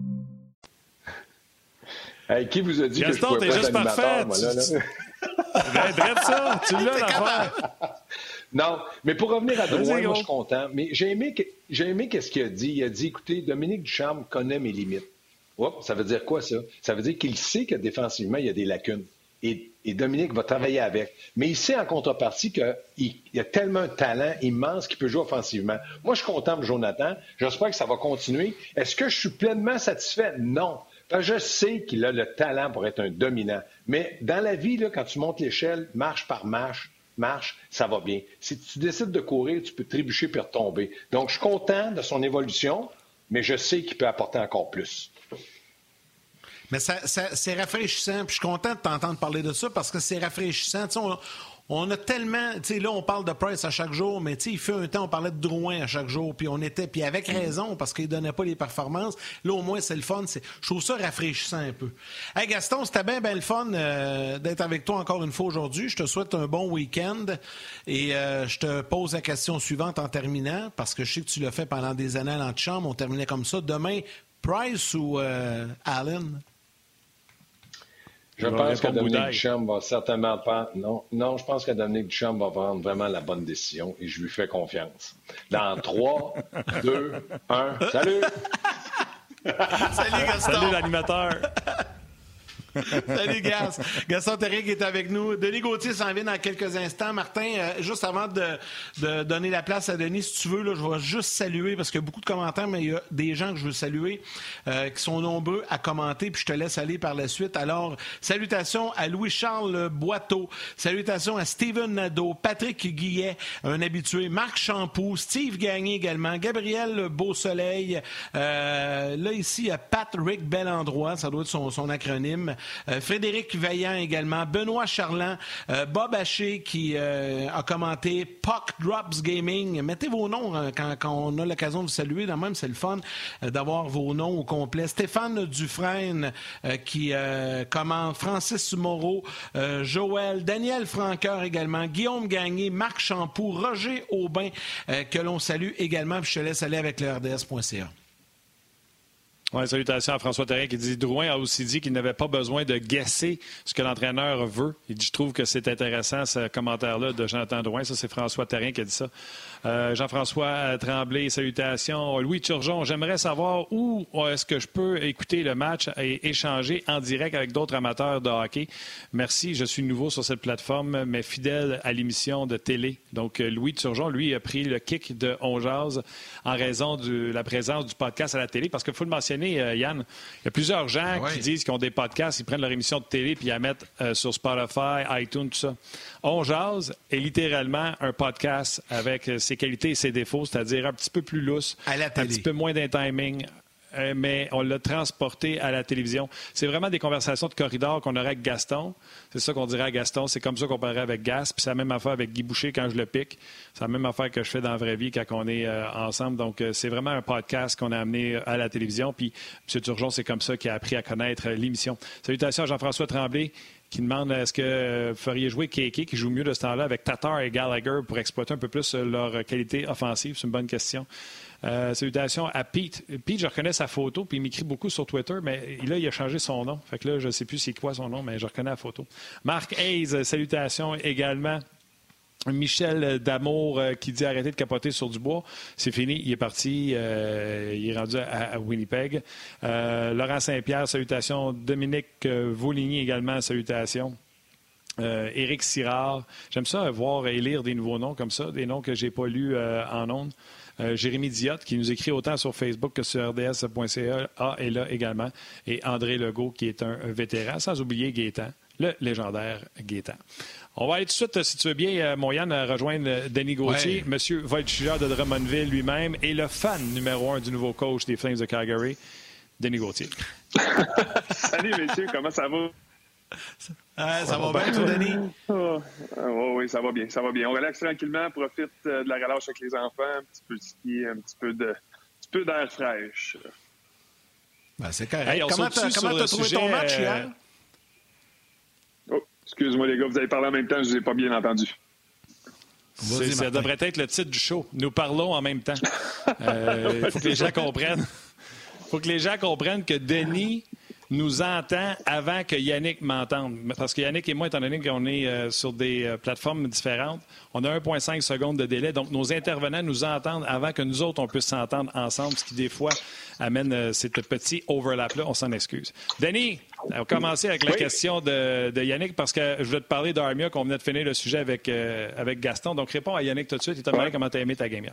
Hey, qui vous a dit Gaston, que je pouvais pas être animateur, parfait. moi, là, là? Drette ça, tu l'as l'affaire. Non, mais pour revenir à Drouin, moi, je suis content. Mais j'ai aimé, j'ai aimé qu'est-ce qu'il a dit. Il a dit, écoutez, Dominique Ducharme connaît mes limites. Oups, ça veut dire quoi, ça? Ça veut dire qu'il sait que défensivement, il y a des lacunes. Et, et Dominique va travailler avec. Mais il sait en contrepartie qu'il y a tellement un talent immense qu'il peut jouer offensivement. Moi, je suis content pour Jonathan. J'espère que ça va continuer. Est-ce que je suis pleinement satisfait? Non. Parce que je sais qu'il a le talent pour être un dominant. Mais dans la vie, là, quand tu montes l'échelle, marche par marche, marche, ça va bien. Si tu décides de courir, tu peux trébucher puis retomber. Donc, je suis content de son évolution, mais je sais qu'il peut apporter encore plus. Mais ça, ça, c'est rafraîchissant. Puis je suis content de t'entendre parler de ça parce que c'est rafraîchissant. Tu sais, on, on a tellement... Tu sais, là, on parle de Price à chaque jour, mais tu sais, il fait un temps, on parlait de Drouin à chaque jour. Puis on était... Puis avec raison, parce qu'il donnait pas les performances. Là, au moins, c'est le fun. C'est, je trouve ça rafraîchissant un peu. Hey, Gaston, c'était bien, bien le fun euh, d'être avec toi encore une fois aujourd'hui. Je te souhaite un bon week-end. Et euh, je te pose la question suivante en terminant, parce que je sais que tu l'as fait pendant des années à l'antichambre. On terminait comme ça. Demain, Price ou euh, Allen? Je pense que Dominique Ducharme va certainement pas. Non, non, je pense que Dominique Ducharme va prendre vraiment la bonne décision et je lui fais confiance. Dans trois, deux, un, salut! Salut, Gaston! Salut, l'animateur! Salut, Gas. Gaston Terrien qui est avec nous. Denis Gauthier s'en vient dans quelques instants. Martin, euh, juste avant de, de donner la place à Denis, si tu veux, là, je vais juste saluer, parce qu'il y a beaucoup de commentaires, mais il y a des gens que je veux saluer euh, qui sont nombreux à commenter, puis je te laisse aller par la suite. Alors, salutations à Louis-Charles Boiteau, salutations à Steven Nadeau, Patrick Guillet, un habitué, Marc Champoux, Steve Gagné également, Gabriel Beausoleil, euh, là, ici, il y a Patrick Belendroit, ça doit être son, son acronyme. euh, Frédéric Vaillant également, Benoît Charland, euh, Bob Haché qui euh, a commenté, Puck Drops Gaming. Mettez vos noms hein, quand, quand on a l'occasion de vous saluer. Dans même, c'est le fun euh, d'avoir vos noms au complet. Stéphane Dufresne euh, qui euh, commente, Francis Moreau, euh, Joël, Daniel Franqueur également, Guillaume Gagné, Marc Champoux, Roger Aubin, euh, que l'on salue également. Puis je te laisse aller avec le R D S point C A. Oui, salutations à François Therrien qui dit Drouin a aussi dit qu'il n'avait pas besoin de guesser ce que l'entraîneur veut. Il dit Je trouve que c'est intéressant ce commentaire-là de Jonathan Drouin. Ça, c'est François Therrien qui a dit ça. Euh, Jean-François Tremblay, salutations. Louis Turgeon, j'aimerais savoir où est-ce que je peux écouter le match et échanger en direct avec d'autres amateurs de hockey. Merci, je suis nouveau sur cette plateforme, mais fidèle à l'émission de télé. Donc, Louis Turgeon, lui, a pris le kick de On Jase en raison de la présence du podcast à la télé, parce qu'il faut le mentionner, euh, Yann, il y a plusieurs gens ouais. qui disent qu'ils ont des podcasts, ils prennent leur émission de télé puis ils la mettent euh, sur Spotify, iTunes, tout ça. On Jase est littéralement un podcast avec ses qualités et ses défauts, c'est-à-dire un petit peu plus lousse, un petit peu moins d'un timing, euh, mais on l'a transporté à la télévision. C'est vraiment des conversations de corridor qu'on aurait avec Gaston. C'est ça qu'on dirait à Gaston. C'est comme ça qu'on parlerait avec Gas. Puis c'est la même affaire avec Guy Boucher quand je le pique. C'est la même affaire que je fais dans la vraie vie quand on est euh, ensemble. Donc, euh, c'est vraiment un podcast qu'on a amené à la télévision. Puis M. Turgeon, c'est comme ça qu'il a appris à connaître l'émission. Salutations à Jean-François Tremblay, qui demande est-ce que vous feriez jouer Kéké, qui joue mieux de ce temps-là, avec Tatar et Gallagher pour exploiter un peu plus leur qualité offensive? C'est une bonne question. Euh, salutations à Pete. Pete, je reconnais sa photo, puis il m'écrit beaucoup sur Twitter, mais là, il a changé son nom. Fait que là, je ne sais plus c'est quoi son nom, mais je reconnais la photo. Marc Hayes, salutations également. Michel Damour euh, qui dit arrêtez de capoter sur Dubois. C'est fini, il est parti, euh, il est rendu à, à Winnipeg. Euh, Laurent Saint-Pierre, salutations. Dominique euh, Vauligny également, salutations. Euh, Éric Sirard. J'aime ça voir et lire des nouveaux noms comme ça, des noms que je n'ai pas lus euh, en ondes. Euh, Jérémy Diotte, qui nous écrit autant sur Facebook que sur R D S point C A, est là également. Et André Legault, qui est un, un vétéran, sans oublier Gaétan, le légendaire Gaétan. On va aller tout de suite, si tu veux bien, mon Yann, rejoindre Denis Gauthier, ouais. Monsieur voltigeur de Drummondville lui-même et le fan numéro un du nouveau coach des Flames de Calgary, Denis Gauthier. Salut, messieurs, comment ça va? Ah, ça, ça va, va bien, toi, Denis? Oh, oh, oui, ça va bien, ça va bien. On relaxe tranquillement, profite de la relâche avec les enfants, un petit peu de ski, un petit peu de, un petit peu d'air fraîche. Ben, c'est correct. Hey, comment tu as trouvé sujet, ton match hier? Oh, excuse-moi, les gars, vous avez parlé en même temps, je ne vous ai pas bien entendu. C'est, ça devrait être le titre du show. Nous parlons en même temps. Il euh, faut que les gens comprennent. Il faut que les gens comprennent que Denis nous entend avant que Yannick m'entende. Parce que Yannick et moi, étant donné qu'on est euh, sur des euh, plateformes différentes, on a un virgule cinq secondes de délai. Donc, nos intervenants nous entendent avant que nous autres, on puisse s'entendre ensemble, ce qui, des fois, amène euh, ces petits overlaps-là. On s'en excuse. Denis, on va commencer avec la oui. question de, de Yannick, parce que je voulais te parler d'Armia, qu'on venait de finir le sujet avec, euh, avec Gaston. Donc, réponds à Yannick tout de suite. Il t'a demandé comment tu as aimé ta game hier.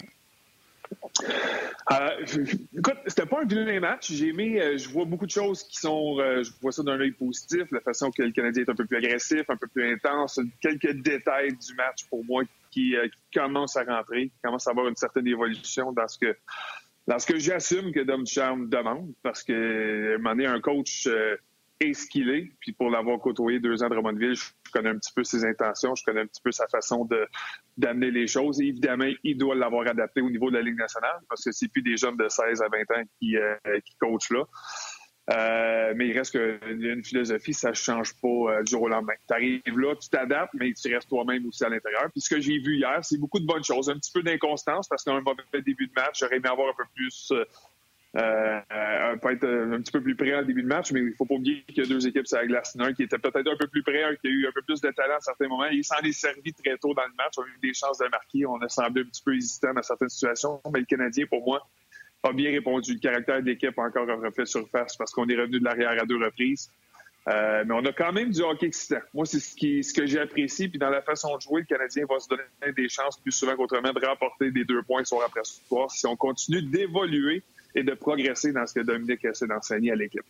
Euh, écoute, c'était pas un vilain match. J'ai aimé, euh, je vois beaucoup de choses qui sont, euh, je vois ça d'un œil positif, la façon que le Canadien est un peu plus agressif, un peu plus intense, quelques détails du match pour moi qui, euh, qui commencent à rentrer, qui commencent à avoir une certaine évolution dans ce que, dans ce que j'assume que Dom Ducharme demande, parce que à un moment donné, un coach euh, est ce qu'il est, puis pour l'avoir côtoyé deux ans de Drummondville, je connais un petit peu ses intentions, je connais un petit peu sa façon de d'amener les choses. Et évidemment, il doit l'avoir adapté au niveau de la Ligue nationale, parce que c'est plus des jeunes de seize à vingt ans qui, euh, qui coachent là. Euh, mais il reste qu'une philosophie, ça ne change pas euh, du jour au lendemain. Tu arrives là, tu t'adaptes, mais tu restes toi-même aussi à l'intérieur. Puis ce que j'ai vu hier, c'est beaucoup de bonnes choses. Un petit peu d'inconstance, parce qu'un mauvais début de match, j'aurais aimé avoir un peu plus... Euh, Euh, euh, peut être un petit peu plus près en début de match, mais il ne faut pas oublier qu'il y a deux équipes sur la glace. Un qui était peut-être un peu plus près, un qui a eu un peu plus de talent à certains moments. Il s'en est servi très tôt dans le match. On a eu des chances de marquer. On a semblé un petit peu hésitant dans certaines situations. Mais le Canadien, pour moi, a bien répondu. Le caractère de l'équipe a encore refait surface parce qu'on est revenu de l'arrière à deux reprises. Euh, mais on a quand même du hockey excitant. Moi, c'est ce, qui, ce que j'ai apprécié. Puis dans la façon de jouer, le Canadien va se donner des chances plus souvent qu'autrement de remporter des deux points soir après soir si on continue d'évoluer et de progresser dans ce que Dominique essaie d'enseigner à l'équipe.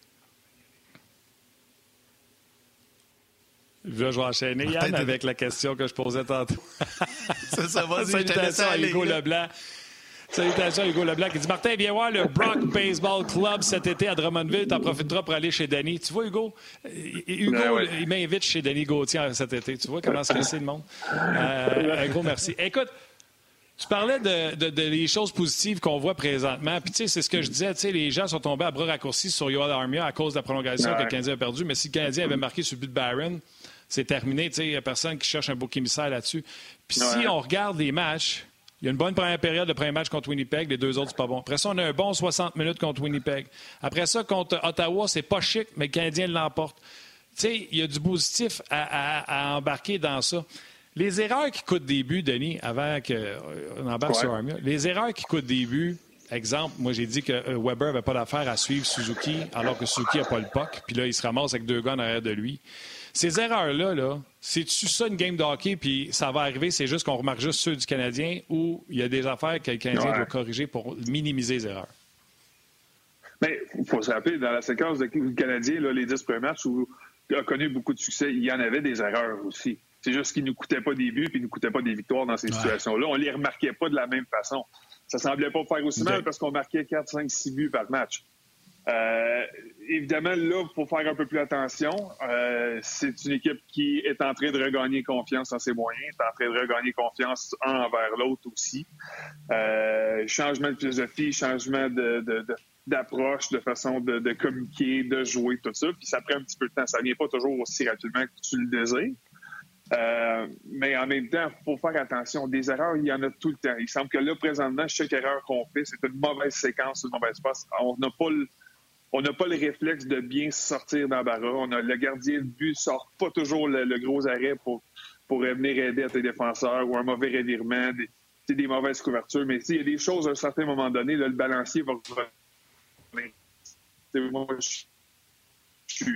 Là, je vais enchaîner, Yann, avec la question que je posais tantôt. ça, ça va, salutations à Hugo Leblanc. Salutations, Hugo Leblanc. Il dit Martin, viens voir le Brock Baseball Club cet été à Drummondville. T'en profiteras pour aller chez Denis. Tu vois, Hugo? Hugo, ben ouais. Il m'invite chez Denis Gauthier cet été. Tu vois comment c'est le monde? Euh, un gros merci. Écoute, tu parlais de, de, de les choses positives qu'on voit présentement. Puis, tu sais, c'est ce que je disais. Tu sais, les gens sont tombés à bras raccourcis sur Yoel Armia à cause de la prolongation ouais. que le Canadien a perdu. Mais si le Canadien avait marqué sur le but de Barron, c'est terminé. Tu sais, il n'y a personne qui cherche un bouc émissaire là-dessus. Puis, ouais. si on regarde les matchs, il y a une bonne première période, le premier match contre Winnipeg. Les deux autres, c'est pas bon. Après ça, on a un bon soixante minutes contre Winnipeg. Après ça, contre Ottawa, c'est pas chic, mais le Canadien l'emporte. Tu sais, il y a du positif à, à, à embarquer dans ça. Les erreurs qui coûtent des buts, Denis, avant qu'on embarque ouais. sur Armia, les erreurs qui coûtent des buts, exemple, moi j'ai dit que Weber n'avait pas d'affaire à suivre Suzuki alors que Suzuki n'a pas le puck, puis là, il se ramasse avec deux gars en arrière de lui. Ces erreurs-là, là, c'est-tu ça une game de hockey, puis ça va arriver, c'est juste qu'on remarque juste ceux du Canadien, ou il y a des affaires que le Canadien ouais. doit corriger pour minimiser les erreurs? Bien, il faut se rappeler, dans la séquence du Canadien, là, les dix premiers matchs où il a connu beaucoup de succès, il y en avait des erreurs aussi. C'est juste qu'ils ne nous coûtaient pas des buts et ne nous coûtaient pas des victoires dans ces ouais. situations-là. On ne les remarquait pas de la même façon. Ça ne semblait pas faire aussi okay. mal parce qu'on marquait quatre, cinq, six buts par match. Euh, évidemment, là, il faut faire un peu plus attention. Euh, c'est une équipe qui est en train de regagner confiance en ses moyens, est en train de regagner confiance un envers l'autre aussi. Euh, changement de philosophie, changement de, de, de, d'approche, de façon de, de communiquer, de jouer, tout ça. Puis ça prend un petit peu de temps. Ça ne vient pas toujours aussi rapidement que tu le désires. Euh, mais en même temps, il faut faire attention. Des erreurs, il y en a tout le temps. Il semble que là, présentement, chaque erreur qu'on fait, c'est une mauvaise séquence, une mauvaise passe. On n'a pas le, on n'a pas le réflexe de bien sortir d'embarras. On a le gardien de but sort pas toujours le, le gros arrêt pour, pour venir aider à tes défenseurs ou un mauvais revirement, des, des mauvaises couvertures. Mais il y a des choses à un certain moment donné, là, le balancier va revenir. Moi, je suis...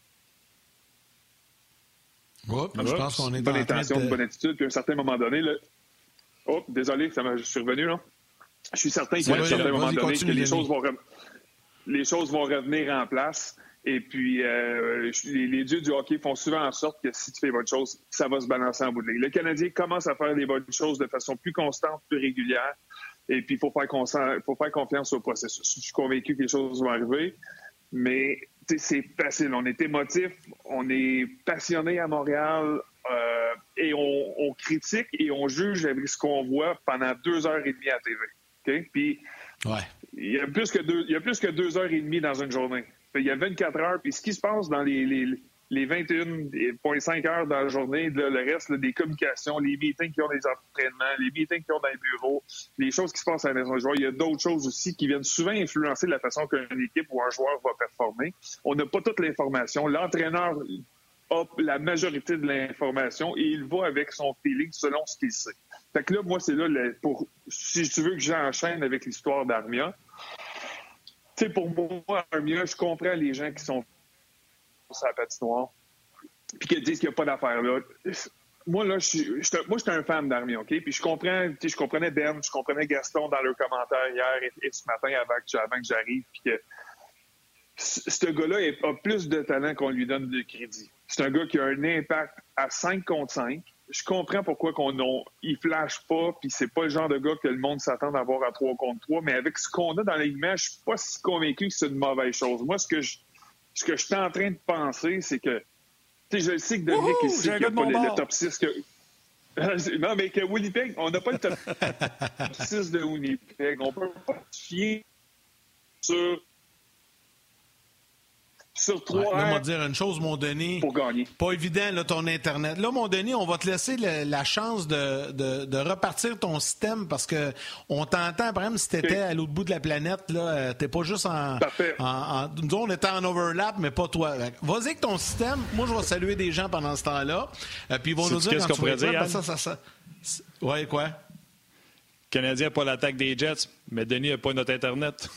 Oh, je pense qu'on est bonne dans intention, de... bonne attitude, puis à un certain moment donné, là... oh, désolé, ça m'a... je suis revenu là. Je suis certain qu'à un certain moment donné, que les choses, vont re... les choses vont revenir en place. Et puis, euh, les, les dieux du hockey font souvent en sorte que si tu fais bonne chose, ça va se balancer en bout de ligne. Le Canadien commence à faire des bonnes choses de façon plus constante, plus régulière. Et puis, il faut faire, cons... faut faire confiance au processus. Je suis convaincu que les choses vont arriver, mais... c'est facile. On est émotif, on est passionné à Montréal euh, et on, on critique et on juge avec ce qu'on voit pendant deux heures et demie à T V. Okay? Puis, ouais. il y a plus que deux, il y a plus que deux heures et demie dans une journée. Il y a vingt-quatre heures. Puis ce qui se passe dans les, les, les vingt et un virgule cinq heures dans la journée, là, le reste, là, des communications, les meetings qui ont des entraînements, les meetings qui ont dans les bureaux, les choses qui se passent à la maison des joueurs, il y a d'autres choses aussi qui viennent souvent influencer la façon qu'une équipe ou un joueur va performer. On n'a pas toute l'information. L'entraîneur a la majorité de l'information et il va avec son feeling selon ce qu'il sait. Fait que là, moi, c'est là, le, pour, si tu veux que j'enchaîne avec l'histoire d'Armia, tu sais, pour moi, Armia, je comprends les gens qui sont sur la patinoire puis qui disent qu'il n'y a pas d'affaire là. Moi, là, je suis, je, moi, j'étais un fan d'Armia, OK? Puis je comprends, tu sais, je comprenais Ben, je comprenais Gaston dans leurs commentaires hier et, et ce matin avant que, avant que j'arrive, puis que ce gars-là a plus de talent qu'on lui donne de crédit. C'est un gars qui a un impact à cinq contre cinq. Je comprends pourquoi qu'on a, il flash pas, puis c'est pas le genre de gars que le monde s'attend à avoir à trois contre trois, mais avec ce qu'on a dans l'alignement, je suis pas si convaincu que c'est une mauvaise chose. Moi, ce que je, ce que je suis en train de penser, c'est que, tu sais, je sais que Dominique, il sait qu'il n'y a pas le, le top six que... non, mais que Winnipeg, on n'a pas le top six de Winnipeg. On peut pas se fier sur... sur trois ouais, là, on va dire une chose, mon Denis. Pour gagner. Pas évident, là, ton Internet. Là, mon Denis, on va te laisser le, la chance de, de, de repartir ton système parce que on t'entend, par exemple, si t'étais okay. à l'autre bout de la planète, là, t'es pas juste en... Parfait. En, en, nous, on était en overlap, mais pas toi. Vas-y avec ton système. Moi, je vais saluer des gens pendant ce temps-là. Euh, puis ils vont nous dire qu'est-ce quand qu'on pourrait dire, ça, ça, ça, ça... Ouais, quoi? Le Canadien n'a pas l'attaque des Jets, mais Denis n'a pas notre Internet.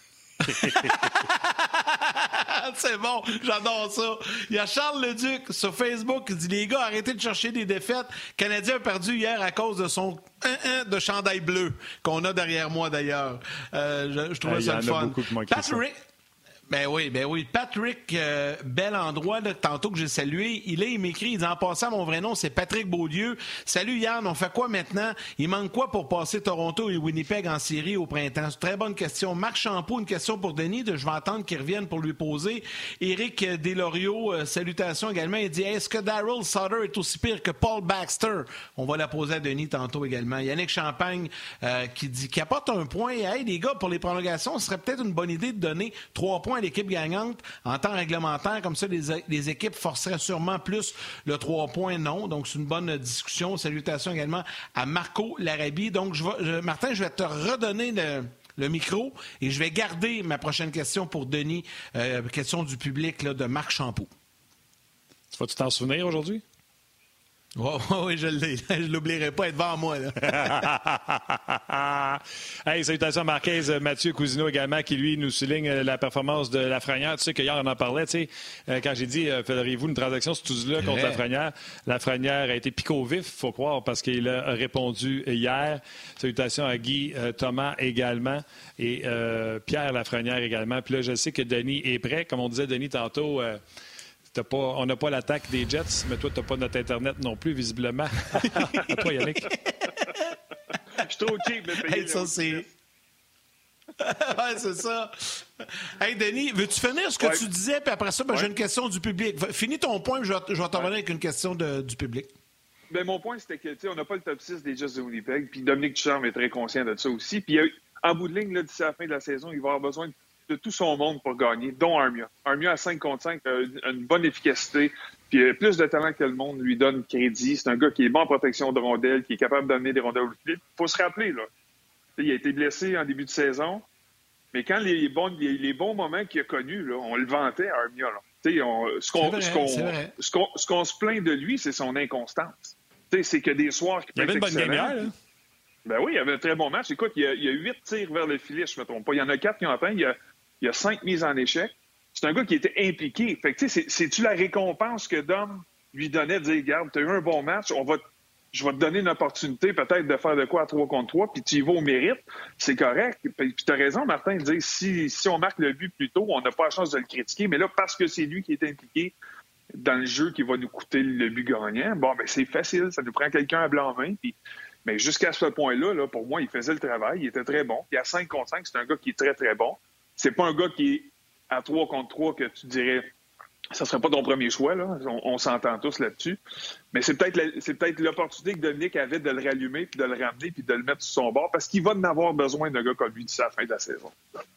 C'est bon, j'adore ça. Il y a Charles Leduc sur Facebook qui dit « Les gars, arrêtez de chercher des défaites. Le Canadien a perdu hier à cause de son un un de chandail bleu qu'on a derrière moi, d'ailleurs. Euh, » Je, je trouvais ah, ça le fun. Pat, Ray... Ben oui, ben oui. Patrick, euh, bel endroit, là, tantôt que j'ai salué, il est, il m'écrit, il dit en passant, mon vrai nom, c'est Patrick Beaulieu. Salut Yann, on fait quoi maintenant? Il manque quoi pour passer Toronto et Winnipeg en série au printemps? C'est une très bonne question. Marc Champeau, une question pour Denis, de, je vais attendre qu'il revienne pour lui poser. Éric Deslauriers, euh, salutations également, il dit, est-ce que Daryl Sutter est aussi pire que Paul Baxter? On va la poser à Denis tantôt également. Yannick Champagne euh, qui dit, qui apporte un point. Hey les gars, pour les prolongations, ce serait peut-être une bonne idée de donner trois points à l'équipe gagnante en temps réglementaire. Comme ça, les, les équipes forceraient sûrement plus le trois points non. Donc, c'est une bonne discussion. Salutations également à Marco Larabie. Donc, je vais, je, Martin, je vais te redonner le, le micro et je vais garder ma prochaine question pour Denis. Euh, question du public là, de Marc Champeau. Tu vas-tu t'en souvenir aujourd'hui? Oui, oh, oh, je l'ai. Je ne l'oublierai pas, être devant moi. Là. Hey, salutations à Marquez, Mathieu Cousineau également, qui lui nous souligne la performance de Lafrenière. Tu sais qu'hier, on en parlait, tu sais, quand j'ai dit, euh, feriez-vous une transaction ce Toulouse-là contre Lafrenière? Lafrenière a été piqué au vif, il faut croire, parce qu'il a répondu hier. Salutations à Guy euh, Thomas également et euh, Pierre Lafrenière également. Puis là, je sais que Denis est prêt. Comme on disait, Denis, tantôt... Euh, T'as pas, on n'a pas l'attaque des Jets, mais toi, tu n'as pas notre Internet non plus, visiblement. À toi, Yannick. Je suis trop cheap de payer. Hey, ça, c'est... ouais, c'est ça. Hey, Denis, veux-tu finir ce que ouais. tu disais, puis après ça, ben, ouais. j'ai une question du public. Finis ton point, puis je vais, je vais t'en revenir ouais. avec une question de, du public. Ben, mon point, c'était que, tu sais, on n'a pas le top six des Jets de Winnipeg, puis Dominique Ducharme est très conscient de ça aussi. Puis, en bout de ligne, là, d'ici la fin de la saison, il va avoir besoin de de tout son monde pour gagner, dont Armia. Armia à cinq contre cinq a une bonne efficacité, puis a plus de talent que le monde lui donne crédit. C'est un gars qui est bon en protection de rondelles, qui est capable d'amener des rondelles au filet. Il faut se rappeler, là. Il a été blessé en début de saison, mais quand les bons, les, les bons moments qu'il a connus, là, on le vantait, Armia. Là. On, ce, qu'on, vrai, ce, qu'on, ce, qu'on, ce qu'on se plaint de lui, c'est son inconstance. T'sais, c'est que des soirs qui il peut être excellent. Il y avait une bonne game, ben oui, il y avait un très bon match. Écoute, il y a, il y a huit tirs vers le filet, je ne me trompe pas. Il y en a quatre qui ont atteint. Il y a Il y a cinq mises en échec. C'est un gars qui était impliqué. Fait que, tu sais, c'est-tu la récompense que Dom lui donnait de dire, regarde, tu as eu un bon match, on va, je vais te donner une opportunité peut-être de faire de quoi à trois contre trois, puis tu y vas au mérite. C'est correct. Puis tu as raison, Martin, de dire, si, si on marque le but plus tôt, on n'a pas la chance de le critiquer. Mais là, parce que c'est lui qui est impliqué dans le jeu qui va nous coûter le but gagnant, bon, ben c'est facile. Ça nous prend quelqu'un à blanc-main. Puis, mais jusqu'à ce point-là, là, pour moi, il faisait le travail. Il était très bon. Puis à cinq contre cinq, c'est un gars qui est très, très bon. C'est pas un gars qui est à trois contre trois que tu dirais ça serait pas ton premier choix, là. On, on s'entend tous là-dessus. Mais c'est peut-être, la, c'est peut-être l'opportunité que Dominique avait de le rallumer, puis de le ramener, puis de le mettre sur son bord, parce qu'il va en avoir besoin d'un gars comme lui d'ici la fin de la saison.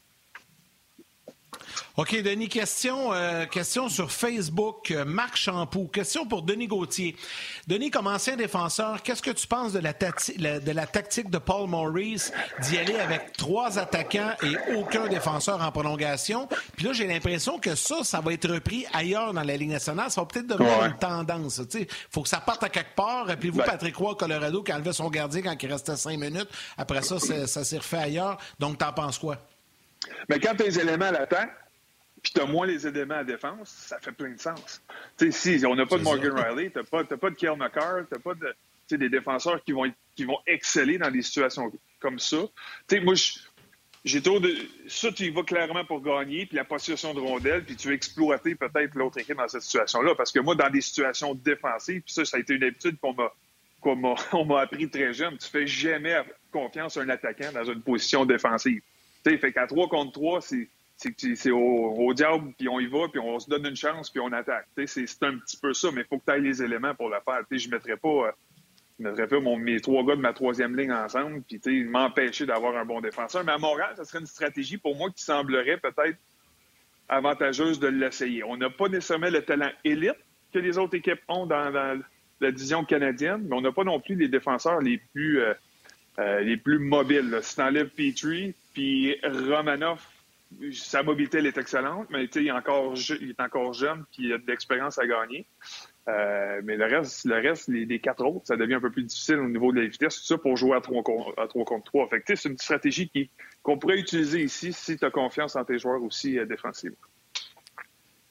OK, Denis, question, euh, question sur Facebook. Euh, Marc Champoux, question pour Denis Gauthier. Denis, comme ancien défenseur, qu'est-ce que tu penses de la, tati- la, de la tactique de Paul Maurice d'y aller avec trois attaquants et aucun défenseur en prolongation? Puis là, j'ai l'impression que ça, ça va être repris ailleurs dans la Ligue nationale. Ça va peut-être devenir ouais. une tendance. Il faut que ça parte à quelque part. Rappelez-vous ben. Patrick Roy, Colorado, qui enlevait son gardien quand il restait cinq minutes. Après ça, ça s'est refait ailleurs. Donc, t'en penses quoi? Mais quand tu as les éléments à l'attaque, puis tu as moins les éléments à défense, ça fait plein de sens. Tu sais, si on n'a pas de Morgan ça. Riley, tu n'as pas, pas de Cale McCarr, tu n'as pas de, des défenseurs qui vont, qui vont exceller dans des situations comme ça. Tu sais, moi, j'ai trop de... Ça, tu y vas clairement pour gagner, puis la possession de rondelles, puis tu veux exploiter peut-être l'autre équipe dans cette situation-là. Parce que moi, dans des situations défensives, puis ça, ça a été une habitude qu'on m'a, qu'on m'a, on m'a appris très jeune, tu fais jamais confiance à un attaquant dans une position défensive. Tu sais, fait qu'à trois contre trois, c'est... C'est, c'est au, au diable, puis on y va, puis on se donne une chance, puis on attaque. C'est, c'est un petit peu ça, mais il faut que tu ailles les éléments pour le faire. T'sais, je ne mettrais pas, euh, je mettrais pas mon, mes trois gars de ma troisième ligne ensemble, puis m'empêcher d'avoir un bon défenseur. Mais à Montréal, ça serait une stratégie pour moi qui semblerait peut-être avantageuse de l'essayer. On n'a pas nécessairement le talent élite que les autres équipes ont dans, dans la division canadienne, mais on n'a pas non plus les défenseurs les plus, euh, euh, les plus mobiles. Là. Si tu enlèves Petrie, puis Romanoff, sa mobilité, elle est excellente, mais il est encore, il est encore jeune puis il a de l'expérience à gagner. Euh, mais le reste, le reste les, les quatre autres, ça devient un peu plus difficile au niveau de la vitesse, tout ça pour jouer à trois contre trois. Fait que c'est une stratégie qui, qu'on pourrait utiliser ici si tu as confiance en tes joueurs aussi euh, défensivement.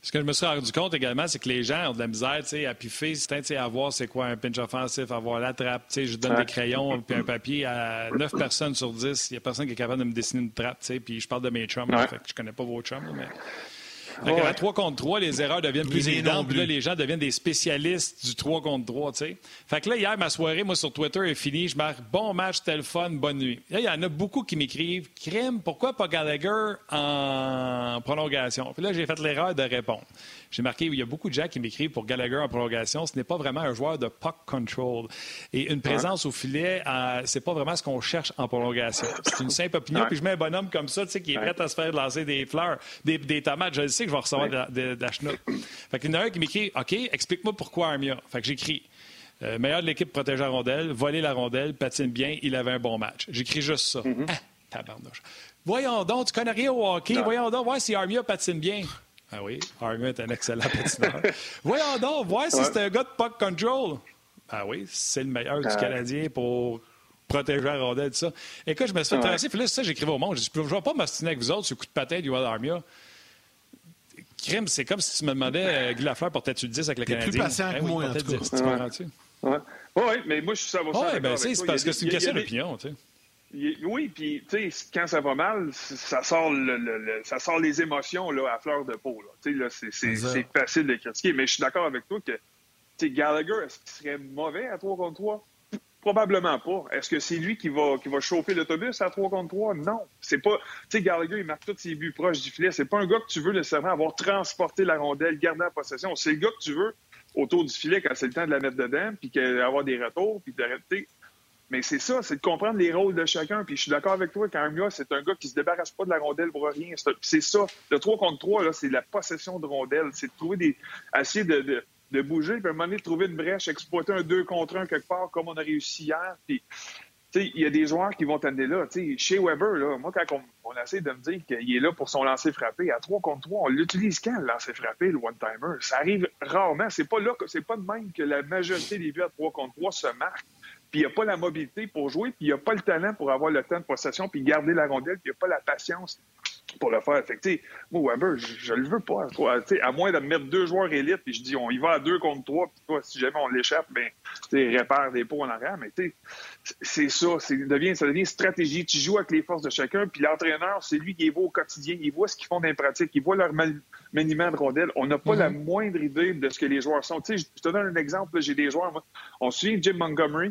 Ce que je me suis rendu compte également, c'est que les gens ont de la misère à piffer, c'est à voir c'est quoi un pinch offensif, à voir la trappe. Je donne ouais. des crayons et un papier à neuf personnes sur dix. Il n'y a personne qui est capable de me dessiner une trappe. Puis je parle de mes chums. Ouais. Fait que je connais pas vos chums. Mais... Ouais. À trois contre trois, les erreurs deviennent plus évidentes. Puis là, les gens deviennent des spécialistes du trois contre trois. T'sais. Fait que là, hier, ma soirée, moi, sur Twitter est finie. Je marque bon match, c'était le fun, bonne nuit. Là, il y en a beaucoup qui m'écrivent Crème, pourquoi pas Gallagher en prolongation? Puis là, j'ai fait l'erreur de répondre. J'ai marqué, il y a beaucoup de gens qui m'écrivent pour Gallagher en prolongation. Ce n'est pas vraiment un joueur de puck control. Et une présence ouais. au filet, euh, c'est pas vraiment ce qu'on cherche en prolongation. C'est une simple opinion. Ouais. Puis je mets un bonhomme comme ça, tu sais, qui est ouais. prêt à se faire lancer des fleurs, des, des tomates. Je le sais que je vais recevoir ouais. de, de, de la chenoute. Fait qu'il y en a un qui m'écrit, OK, explique-moi pourquoi Armia. Fait que j'écris, euh, meilleur de l'équipe protège la rondelle, voler la rondelle, patine bien, il avait un bon match. J'écris juste ça. Mm-hmm. Ah, tabarnouche. Voyons donc, tu connais rien au hockey. Non. Voyons donc, voir si Armia patine bien. Ah oui, Armia est un excellent patineur. Voyons donc, voir si ouais. c'est un gars de puck control. Ah oui, c'est le meilleur du Canadien pour protéger la rondelle, tout ça. Et quand je me suis fait traverser, puis là, ça, j'écrivais au monde. Je dis, je ne vais pas m'ostiner avec vous autres sur le coup de patin du Wild Armia. Crime, c'est comme si tu me demandais, euh, Guy Lafleur, portais-tu le dix avec le Canadien? T'es plus patient que moi, en tout cas. Tu comprends-tu? Oui, ouais, mais moi, je suis ça. Oui, bien, c'est parce que c'est une question d'opinion, tu sais. Oui, puis tu sais, quand ça va mal, ça sort le, le, le, ça sort les émotions là, à fleur de peau. Tu sais, là, c'est, c'est, c'est facile de critiquer, mais je suis d'accord avec toi que tu sais, Gallagher, est-ce qu'il serait mauvais à trois contre trois? Probablement pas. Est-ce que c'est lui qui va, qui va chauffer l'autobus à trois contre trois? Non. C'est pas. Tu sais, Gallagher, il marque tous ses buts proches du filet. C'est pas un gars que tu veux nécessairement avoir transporté la rondelle, garder la possession. C'est le gars que tu veux autour du filet quand c'est le temps de la mettre dedans, puis avoir des retours, puis d'arrêter. Mais c'est ça, c'est de comprendre les rôles de chacun. Puis je suis d'accord avec toi qu'Armia, c'est un gars qui se débarrasse pas de la rondelle pour rien. C'est, c'est ça. Le trois contre trois, là, c'est la possession de rondelle. C'est de trouver des. essayer de, de, de bouger, puis à un moment donné, de trouver une brèche, exploiter un deux contre un quelque part, comme on a réussi hier. Puis, tu sais, il y a des joueurs qui vont t'amener là. Tu sais, chez Weber, là, moi, quand on, on essaie de me dire qu'il est là pour son lancer frappé, à trois contre trois, on l'utilise quand, le lancer frappé, le one-timer? Ça arrive rarement. C'est pas là, c'est pas de même que la majorité des buts à trois contre trois se marquent. Puis il n'y a pas la mobilité pour jouer, puis il n'y a pas le talent pour avoir le temps de possession, puis garder la rondelle, puis il n'y a pas la patience pour le faire. Fait que, tu sais, moi, Weber, je ne le veux pas. Toi, à moins de mettre deux joueurs élites, puis je dis, on y va à deux contre trois, puis toi, si jamais on l'échappe, bien, tu sais, répare des pots en arrière. Mais tu sais, c'est ça, c'est, devient, ça devient stratégie. Tu joues avec les forces de chacun, puis l'entraîneur, c'est lui qui les voit au quotidien, il voit ce qu'ils font dans les pratiques, il voit leur mal- maniement de rondelle. On n'a pas mm-hmm. la moindre idée de ce que les joueurs sont. Tu sais, je te donne un exemple, là, j'ai des joueurs, moi, on se souvient de Jim Montgomery.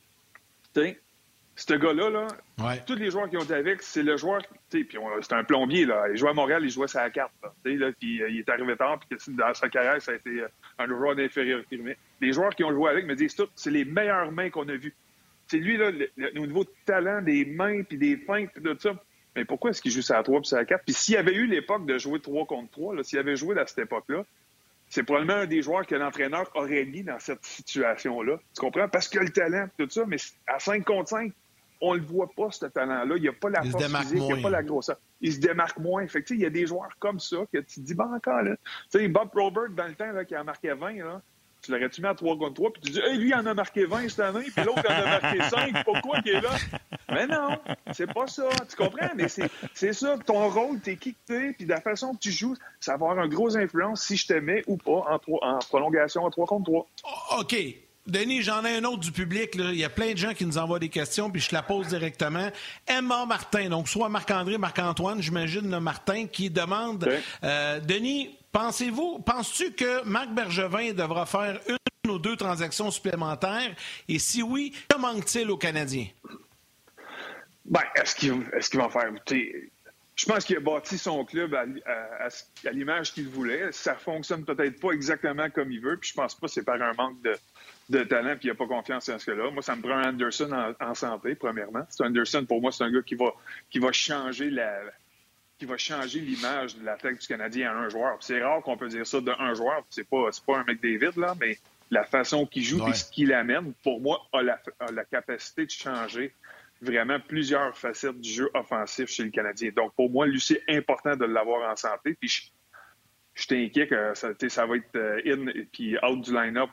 T'sais, ce gars-là, là, ouais. tous les joueurs qui ont été avec, c'est le joueur, puis c'est un plombier, là. Il jouait à Montréal, il jouait sur la carte, là, là, puis euh, il est arrivé tard, puis dans sa carrière, ça a été euh, un joueur d'infériorité. Les joueurs qui ont joué avec me disent tout, c'est les meilleures mains qu'on a vues. C'est lui, là, le, le, au niveau de talent, des mains, puis des feintes, puis de tout ça. Mais pourquoi est-ce qu'il joue sur la trois puis sur la quatre? Puis s'il y avait eu l'époque de jouer trois contre trois, là, s'il avait joué à cette époque-là, c'est probablement un des joueurs que l'entraîneur aurait mis dans cette situation-là. Tu comprends? Parce qu'il a le talent, tout ça, mais à cinq contre cinq, on le voit pas, ce talent-là. Il n'y a pas la il force physique, il n'y a pas la grosseur. Il se démarque moins. Fait que, il y a des joueurs comme ça que tu te dis, bon, encore, là. Tu sais, Bob Probert, dans le temps, là, qui en marquait vingt, là, tu l'aurais-tu mis à trois contre trois, puis tu dis, hey, lui, il en a marqué vingt cette année, puis l'autre, il en a marqué cinq. Pourquoi il est là? Mais non, c'est pas ça. Tu comprends? Mais c'est, c'est ça. Ton rôle, t'es qui que t'es, puis de la façon que tu joues, ça va avoir une grosse influence si je te mets ou pas en, trois, en prolongation à trois contre trois. OK. Denis, j'en ai un autre du public. Là. Il y a plein de gens qui nous envoient des questions, puis je la pose directement. Emma Martin, donc soit Marc-André, Marc-Antoine, j'imagine, le Martin, qui demande okay. euh, Denis, pensez-vous, penses-tu que Marc Bergevin devra faire une ou deux transactions supplémentaires? Et si oui, que manque-t-il aux Canadiens? Ben, est-ce qu'ils, est-ce qu'ils vont faire? T'sais, je pense qu'il a bâti son club à, à, à, à l'image qu'il voulait. Ça fonctionne peut-être pas exactement comme il veut, puis je pense pas que c'est par un manque de, de talent, puis il n'a pas confiance en ce gars-là. Moi, ça me prend un Anderson en, en santé, premièrement. C'est Anderson, pour moi, c'est un gars qui va, qui va changer la... qui va changer l'image de l'attaque du Canadien à un joueur. Puis c'est rare qu'on peut dire ça d'un joueur. C'est pas, c'est pas un McDavid, là, mais la façon qu'il joue et ouais. ce qu'il amène, pour moi, a la, a la capacité de changer vraiment plusieurs facettes du jeu offensif chez le Canadien. Donc, pour moi, lui, c'est important de l'avoir en santé. Puis je, je t'inquiète que ça, ça va être in et puis out du line-up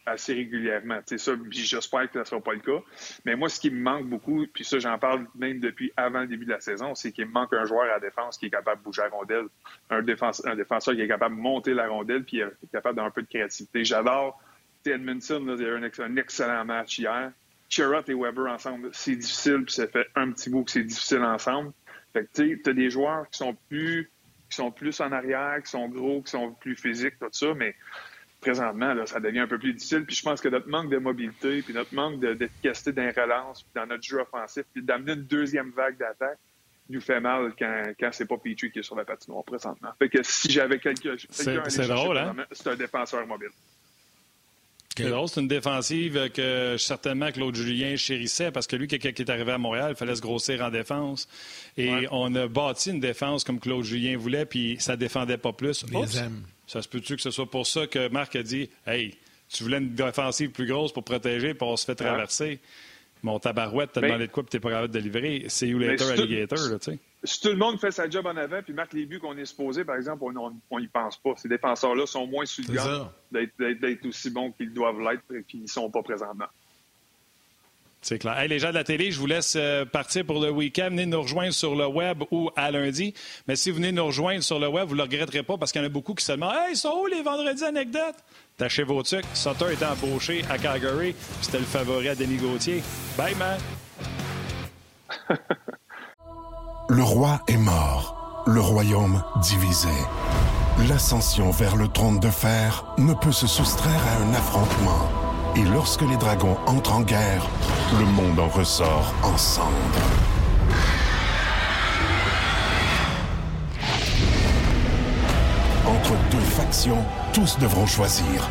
assez régulièrement. C'est ça, j'espère que ça ne sera pas le cas. Mais moi, ce qui me manque beaucoup, puis ça, j'en parle même depuis avant le début de la saison, c'est qu'il me manque un joueur à la défense qui est capable de bouger la rondelle, un, défense, un défenseur qui est capable de monter la rondelle puis qui est capable d'avoir un peu de créativité. J'adore Edmondson, là, il y a eu un, ex- un excellent match hier. Sherratt et Weber ensemble, c'est difficile, puis ça fait un petit bout que c'est difficile ensemble. Fait que tu sais, t'as des joueurs qui sont plus qui sont plus en arrière, qui sont gros, qui sont plus physiques, tout ça, mais présentement, là, ça devient un peu plus difficile. Puis je pense que notre manque de mobilité, puis notre manque de, d'efficacité dans les relances, puis dans notre jeu offensif, puis d'amener une deuxième vague d'attaque, nous fait mal quand, quand c'est pas Petrie qui est sur la patinoire présentement. Fait que si j'avais quelqu'un, c'est, quelqu'un c'est drôle, hein? C'est un défenseur mobile. C'est drôle, c'est une défensive que certainement Claude Julien chérissait parce que lui, quelqu'un qui est arrivé à Montréal, il fallait se grossir en défense. Et ouais. on a bâti une défense comme Claude Julien voulait, puis ça défendait pas plus. Oups, ça se peut-tu que ce soit pour ça que Marc a dit « Hey, tu voulais une défensive plus grosse pour protéger, puis on se fait traverser. Ouais. Mon tabarouette, t'as demandé de quoi, puis t'es pas capable de livrer. C'est you later, alligator, là, tu sais. » Si tout le monde fait sa job en avant, puis marque les buts qu'on est supposé, par exemple, on n'y pense pas. Ces défenseurs-là sont moins sur le gant d'être, d'être, d'être aussi bons qu'ils doivent l'être, et qu'ils ne sont pas présentement. C'est clair. Hey, les gens de la télé, je vous laisse partir pour le week-end. Venez nous rejoindre sur le web ou à lundi. Mais si vous venez nous rejoindre sur le web, vous ne le regretterez pas parce qu'il y en a beaucoup qui se demandent « Hey, ils sont où les vendredis anecdotes? » Tâchez vos trucs. Sutter était embauché à Calgary. C'était le favori à Denis Gauthier. Bye, man! Le roi est mort, le royaume divisé. L'ascension vers le trône de fer ne peut se soustraire à un affrontement. Et lorsque les dragons entrent en guerre, le monde en ressort en cendres. Entre deux factions, tous devront choisir.